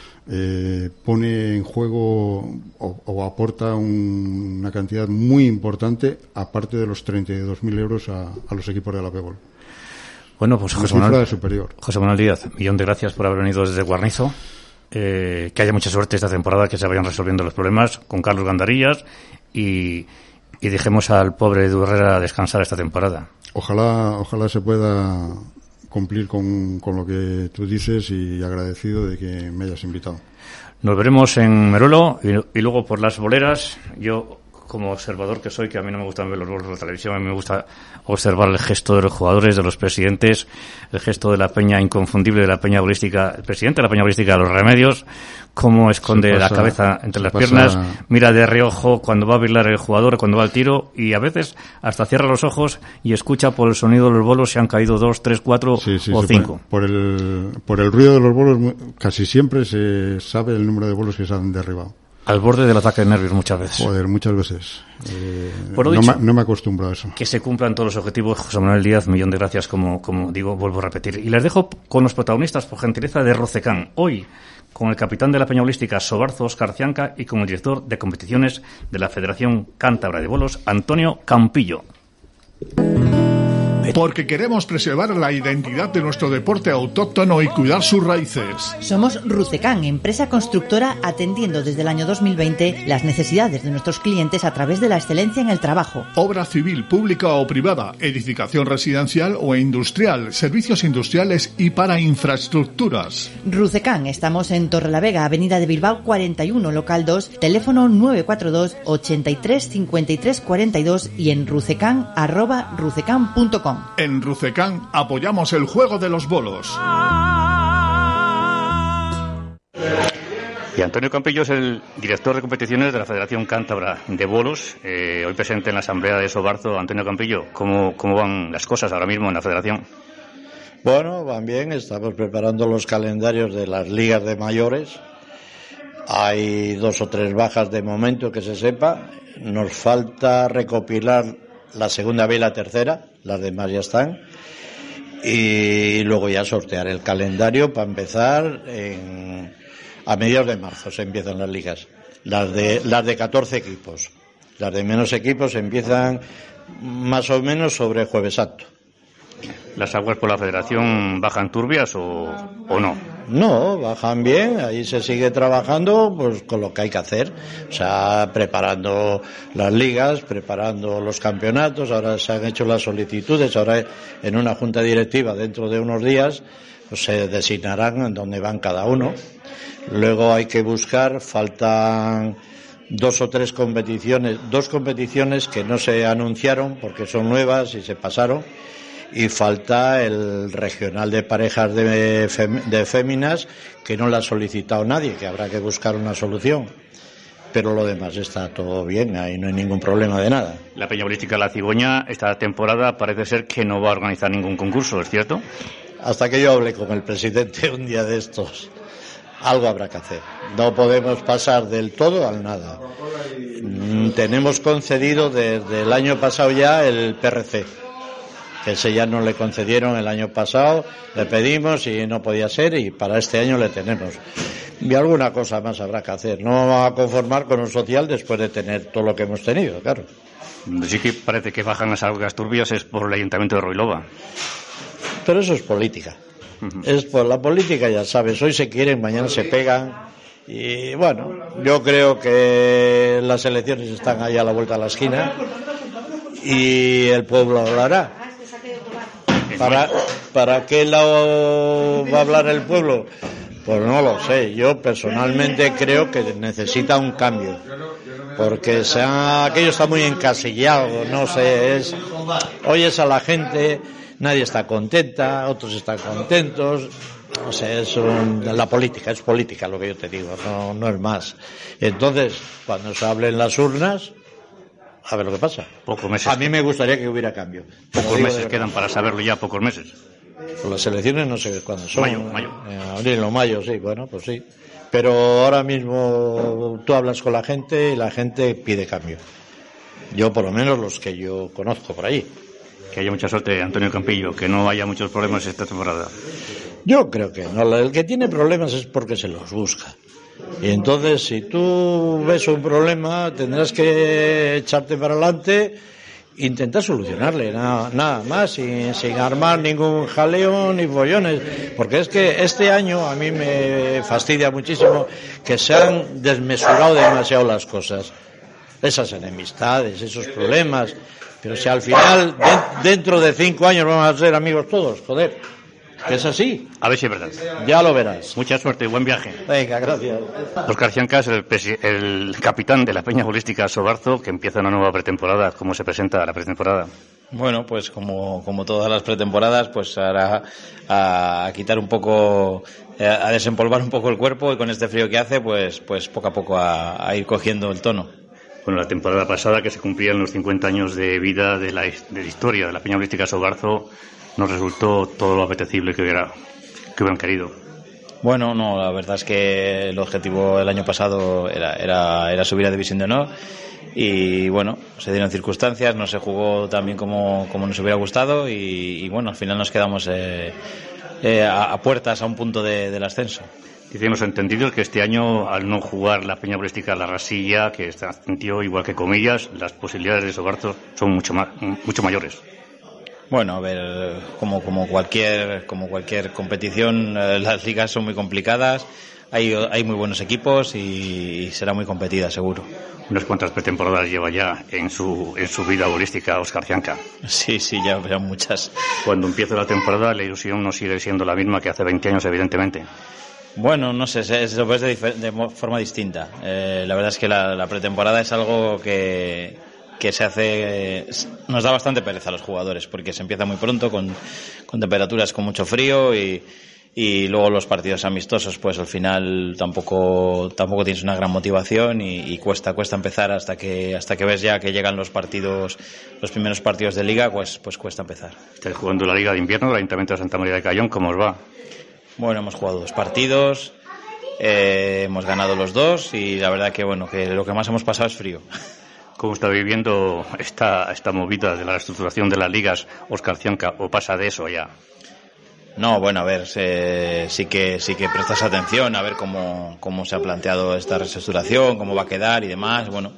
Eh, pone en juego o, o aporta un, una cantidad muy importante, aparte de los treinta y dos mil euros a, a los equipos de la Apebol. Bueno, pues José Manuel, Manuel, superior. José Manuel Díaz, millón de gracias por haber venido desde Guarnizo. Eh, que haya mucha suerte esta temporada, que se vayan resolviendo los problemas con Carlos Gandarillas y, y dejemos al pobre Edu Herrera descansar esta temporada. Ojalá, ojalá se pueda cumplir con, con lo que tú dices y agradecido de que me hayas invitado. Nos veremos en Meruelo y, y luego por las boleras. Yo, como observador que soy, que a mí no me gustan ver los bolos de la televisión, a mí me gusta observar el gesto de los jugadores, de los presidentes, el gesto de la peña inconfundible, de la peña bolística, el presidente de la peña bolística de Los Remedios, cómo esconde pasa, la cabeza entre las pasa... piernas, mira de reojo cuando va a bailar el jugador, cuando va al tiro, y a veces hasta cierra los ojos y escucha por el sonido de los bolos si han caído dos, tres, cuatro sí, sí, o cinco. Por el, por el ruido de los bolos casi siempre se sabe el número de bolos que se han derribado. Al borde del ataque de nervios muchas veces. Joder, muchas veces. Eh, Por lo no, dicho, me, no me acostumbro a eso. Que se cumplan todos los objetivos. José Manuel Díaz, millón de gracias, como, como digo, vuelvo a repetir. Y les dejo con los protagonistas, por gentileza, de Rucecán. Hoy, con el capitán de la peña bolística, Sobarzo Óscar Cianca, y con el director de competiciones de la Federación Cántabra de Bolos, Antonio Campillo. Porque queremos preservar la identidad de nuestro deporte autóctono y cuidar sus raíces. Somos Rucecan, empresa constructora atendiendo desde el año dos mil veinte las necesidades de nuestros clientes a través de la excelencia en el trabajo. Obra civil, pública o privada, edificación residencial o industrial, servicios industriales y para infraestructuras. Rucecan, estamos en Torrelavega, Avenida de Bilbao cuarenta y uno, local dos, teléfono nueve cuatro dos, ochenta y tres, cincuenta y tres, cuarenta y dos y en rucecan arroba rucecan punto com. En Rucecan apoyamos el juego de los bolos. Y Antonio Campillo es el director de competiciones de la Federación Cántabra de Bolos, eh, hoy presente en la Asamblea de Sobarzo. Antonio Campillo, ¿cómo, ¿cómo van las cosas ahora mismo en la Federación? Bueno, van bien, estamos preparando los calendarios de las ligas de mayores. Hay dos o tres bajas de momento que se sepa. Nos falta recopilar la segunda B y la tercera, las demás ya están. Y luego ya sortear el calendario para empezar en, a mediados de marzo se empiezan las ligas. Las de, las de catorce equipos. Las de menos equipos empiezan más o menos sobre Jueves Santo. ¿Las aguas por la Federación bajan turbias o, o no? No, bajan bien, ahí se sigue trabajando pues con lo que hay que hacer, o sea, preparando las ligas, preparando los campeonatos. Ahora se han hecho las solicitudes, ahora en una junta directiva dentro de unos días pues se designarán en dónde van cada uno. Luego hay que buscar, faltan dos o tres competiciones, dos competiciones que no se anunciaron porque son nuevas y se pasaron. Y falta el regional de parejas de, fem, de féminas, que no la ha solicitado nadie, que habrá que buscar una solución. Pero lo demás está todo bien, ahí no hay ningún problema de nada. La Peña Bolística La Cigüeña esta temporada parece ser que no va a organizar ningún concurso, ¿es cierto? Hasta que yo hable con el presidente un día de estos, algo habrá que hacer. No podemos pasar del todo al nada. Tenemos concedido desde el año pasado ya el P R C. Que ese ya nos le concedieron el año pasado, le pedimos y no podía ser, y para este año le tenemos. Y alguna cosa más habrá que hacer. No vamos a conformar con un social después de tener todo lo que hemos tenido, claro. Sí que parece que bajan las aguas turbias es por el Ayuntamiento de Ruilova. Pero eso es política. Uh-huh. Es por la política, ya sabes, hoy se quieren, mañana se pegan. Y bueno, yo creo que las elecciones están ahí a la vuelta de la esquina y el pueblo hablará. ¿Para, ¿Para qué lado va a hablar el pueblo? Pues no lo sé. Yo personalmente creo que necesita un cambio, porque se ha, aquello está muy encasillado, no sé, es, oyes a la gente, nadie está contenta, otros están contentos, no sé, es un, la política, es política lo que yo te digo, no, no es más. Entonces, cuando se hable en las urnas, a ver lo que pasa. Pocos meses. A mí me gustaría que hubiera cambio. Pocos meses quedan para saberlo ya, pocos meses. Pues las elecciones no sé cuándo son. Mayo, mayo. Eh, abril o mayo, sí, bueno, pues sí. Pero ahora mismo tú hablas con la gente y la gente pide cambio. Yo, por lo menos, los que yo conozco por ahí. Que haya mucha suerte, Antonio Campillo, que no haya muchos problemas esta temporada. Yo creo que no. El que tiene problemas es porque se los busca. Y entonces, si tú ves un problema, tendrás que echarte para adelante, intentar solucionarle, nada, nada más, sin, sin armar ningún jaleo ni follones. Porque es que este año a mí me fastidia muchísimo que se han desmesurado demasiado las cosas. Esas enemistades, esos problemas. Pero si al final, de, dentro de cinco años vamos a ser amigos todos, joder. Que es así. A ver si es verdad. Ya lo verás. Mucha suerte y buen viaje. Venga, gracias. Óscar Ciancas, el, el capitán de la Peña Bolística Sobarzo, que empieza una nueva pretemporada. ¿Cómo se presenta la pretemporada? Bueno, pues como, como todas las pretemporadas, pues ahora a, a quitar un poco, a desempolvar un poco el cuerpo, y con este frío que hace, pues, pues poco a poco a, a ir cogiendo el tono. Bueno, la temporada pasada, que se cumplían los cincuenta años de vida de la, de la historia de la Peña Bolística Sobarzo, nos resultó todo lo apetecible que hubiera, que hubieran querido. Bueno, no, la verdad es que el objetivo el año pasado era, era, era subir a División de Honor, y bueno, se dieron circunstancias, no se jugó tan bien como, como nos hubiera gustado, y, y bueno, al final nos quedamos eh, eh, a, a puertas, a un punto de, del ascenso. Dicen los entendidos que este año, al no jugar la Peña Bolística La Rasilla, que está sintió igual que Comillas, las posibilidades de Sobarzo son mucho, ma- mucho mayores. Bueno, a ver, como como cualquier como cualquier competición, eh, las ligas son muy complicadas. Hay hay muy buenos equipos y, y será muy competida, seguro. Unas cuantas pretemporadas lleva ya en su en su vida bolística Óscar Cianca. Sí, sí, ya verán muchas. Cuando empiece la temporada, la ilusión no sigue siendo la misma que hace veinte años, evidentemente. Bueno, no sé, se, se lo ves de, difer- de forma distinta. Eh, la verdad es que la, la pretemporada es algo que, que se hace, nos da bastante pereza a los jugadores, porque se empieza muy pronto con, con temperaturas con mucho frío y, y luego los partidos amistosos, pues al final tampoco tampoco tienes una gran motivación y, y cuesta cuesta empezar hasta que hasta que ves ya que llegan los partidos, los primeros partidos de liga, pues pues cuesta empezar. Estáis jugando la Liga de Invierno del Ayuntamiento de Santa María de Cayón, ¿cómo os va? Bueno, hemos jugado dos partidos, eh, hemos ganado los dos y la verdad que bueno, que lo que más hemos pasado es frío. ¿Cómo está viviendo esta esta movida de la reestructuración de las ligas, Óscar Cianca, o pasa de eso ya? No, bueno, a ver, se, sí que sí que prestas atención a ver cómo cómo se ha planteado esta reestructuración, cómo va a quedar y demás. Bueno,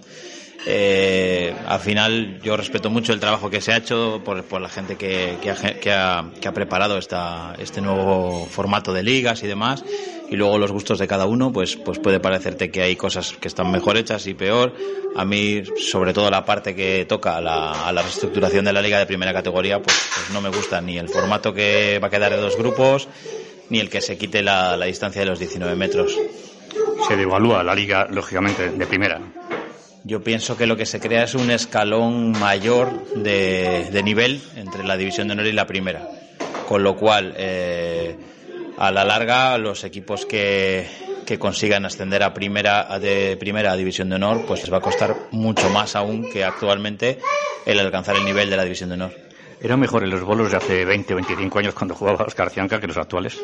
eh, al final yo respeto mucho el trabajo que se ha hecho por, por la gente que, que, ha, que, ha, que ha preparado esta, este nuevo formato de ligas y demás, y luego los gustos de cada uno, pues pues puede parecerte que hay cosas que están mejor hechas y peor. A mí, sobre todo la parte que toca a la, a la reestructuración de la liga de primera categoría, pues, pues no me gusta ni el formato que va a quedar de dos grupos, ni el que se quite la, la distancia de los diecinueve metros. Se devalúa la liga, lógicamente, de primera. Yo pienso que lo que se crea es un escalón mayor de, de nivel entre la división de honor y la primera, con lo cual eh, a la larga los equipos que, que consigan ascender a primera de primera a división de honor, pues les va a costar mucho más aún que actualmente el alcanzar el nivel de la división de honor. ¿Era mejor en los bolos de hace veinte o veinticinco años cuando jugaba Óscar Cianca que los actuales?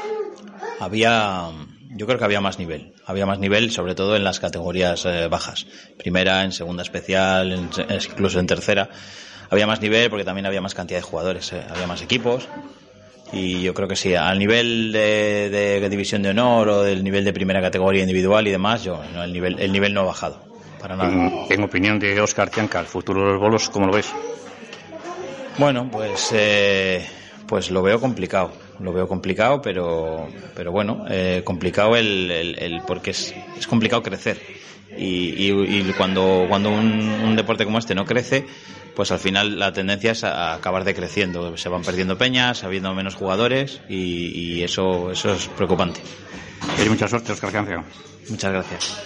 Había, yo creo que había más nivel, había más nivel sobre todo en las categorías eh, bajas, primera, en segunda especial, en, incluso en tercera, había más nivel porque también había más cantidad de jugadores, eh, había más equipos y yo creo que sí, al nivel de, de división de honor o del nivel de primera categoría individual y demás, yo no, el nivel el nivel no ha bajado para nada. En, en opinión de Óscar Cianca, el futuro de los bolos, ¿cómo lo ves? Bueno, pues eh, pues lo veo complicado. Lo veo complicado, pero pero bueno, eh, complicado el, el, el porque es, es complicado crecer y, y, y cuando cuando un, un deporte como este no crece, pues al final la tendencia es a acabar decreciendo, se van perdiendo peñas, habiendo menos jugadores y, y eso eso es preocupante. Y mucha suerte, Óscar Cianca. Muchas gracias.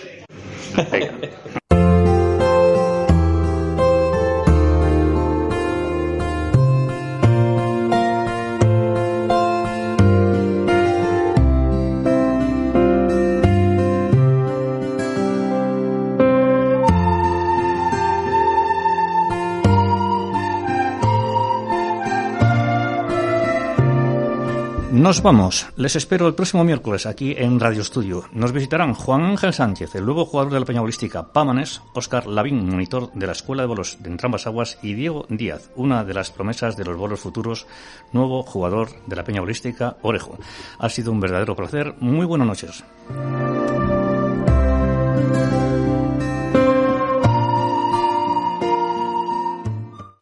Nos vamos. Les espero el próximo miércoles aquí en Radio Estudio. Nos visitarán Juan Ángel Sánchez, el nuevo jugador de la peña bolística Pámanes, Óscar Lavín, monitor de la Escuela de Bolos de Entrambas Aguas, y Diego Díaz, una de las promesas de los bolos futuros, nuevo jugador de la peña bolística Orejo. Ha sido un verdadero placer. Muy buenas noches.